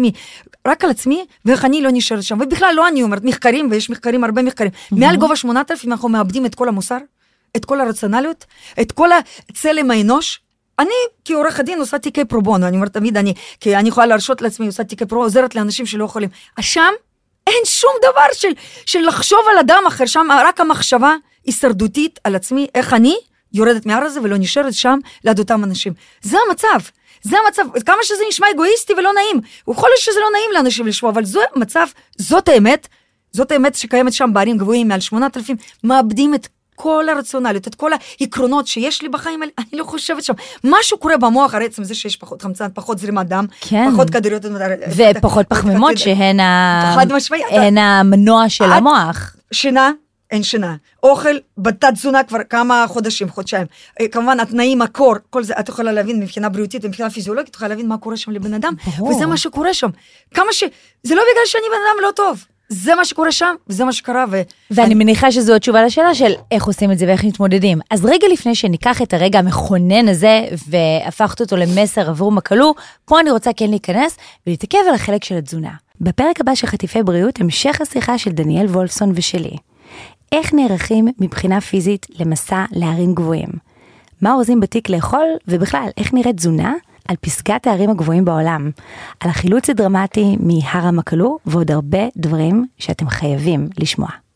Speaker 2: רק על עצמי, ואיך אני לא נשארת שם, ובכלל לא אני אומרת, מחקרים, ויש מחקרים, הרבה מחקרים, מעל גובה 8,000 אנחנו מאבדים את כל המוסר, את כל הרציונליות, את כל הצלם האנוש. אני כעורך הדין עושה תיקי פרובונו, אני אומרת תמיד, כי אני יכולה להרשות לעצמי, עושה תיקי פרובונו, עוזרת לאנשים שלא יכולים. שם אין שום דבר של לחשוב על אדם אחר, שם רק המחשבה הישרדותית על עצמי, איך אני יורדת מהר הזה ולא נשארת שם ליד אותם אנשים. זה המצב. זה המצב, כמה שזה נשמע אגואיסטי ולא נעים, הוא יכול להיות שזה לא נעים לאנשים לשמוע, אבל זה המצב, זאת האמת שקיימת שם בערים גבוהים מעל 8,000, מאבדים את כל הרציונליות, את כל העקרונות שיש לי בחיים האלה, אני לא חושבת שם, משהו קורה במוח, הרי עצם זה שיש פחות חמצן, פחות זרימת דם, פחות כדוריות,
Speaker 1: ופחות פחמימות שהן המנוע של המוח.
Speaker 2: שינה, אין שינה. אוכל בתת תזונה כבר כמה חודשיים. כמובן, התנאים, הקור, כל זה, את יכולה להבין מבחינה בריאותית ומבחינה פיזיולוגית, את יכולה להבין מה קורה שם לבן אדם, וזה מה שקורה שם. זה לא בגלל שאני בן אדם לא טוב. זה מה שקורה שם, וזה מה שקרה.
Speaker 1: ואני מניחה שזו התשובה לשאלה של איך עושים את זה ואיך מתמודדים. אז רגע לפני שניקח את הרגע המכונן הזה, והפכת אותו למסר עבור מקלו, פה אני רוצה כן להיכנס ולהתעכב על החלק של התזונה. בפרק הבא של חטיפי בריאות, המשך השיחה של דניאל וולפסון ושלי. איך נערכים מבחינה פיזית למסע להרים גבוהים? מה אורזים בתיק לאכול, ובכלל, איך נראית תזונה על פסגת הערים הגבוהים בעולם? על החילוץ הדרמטי מהר המקלו, ועוד הרבה דברים שאתם חייבים לשמוע.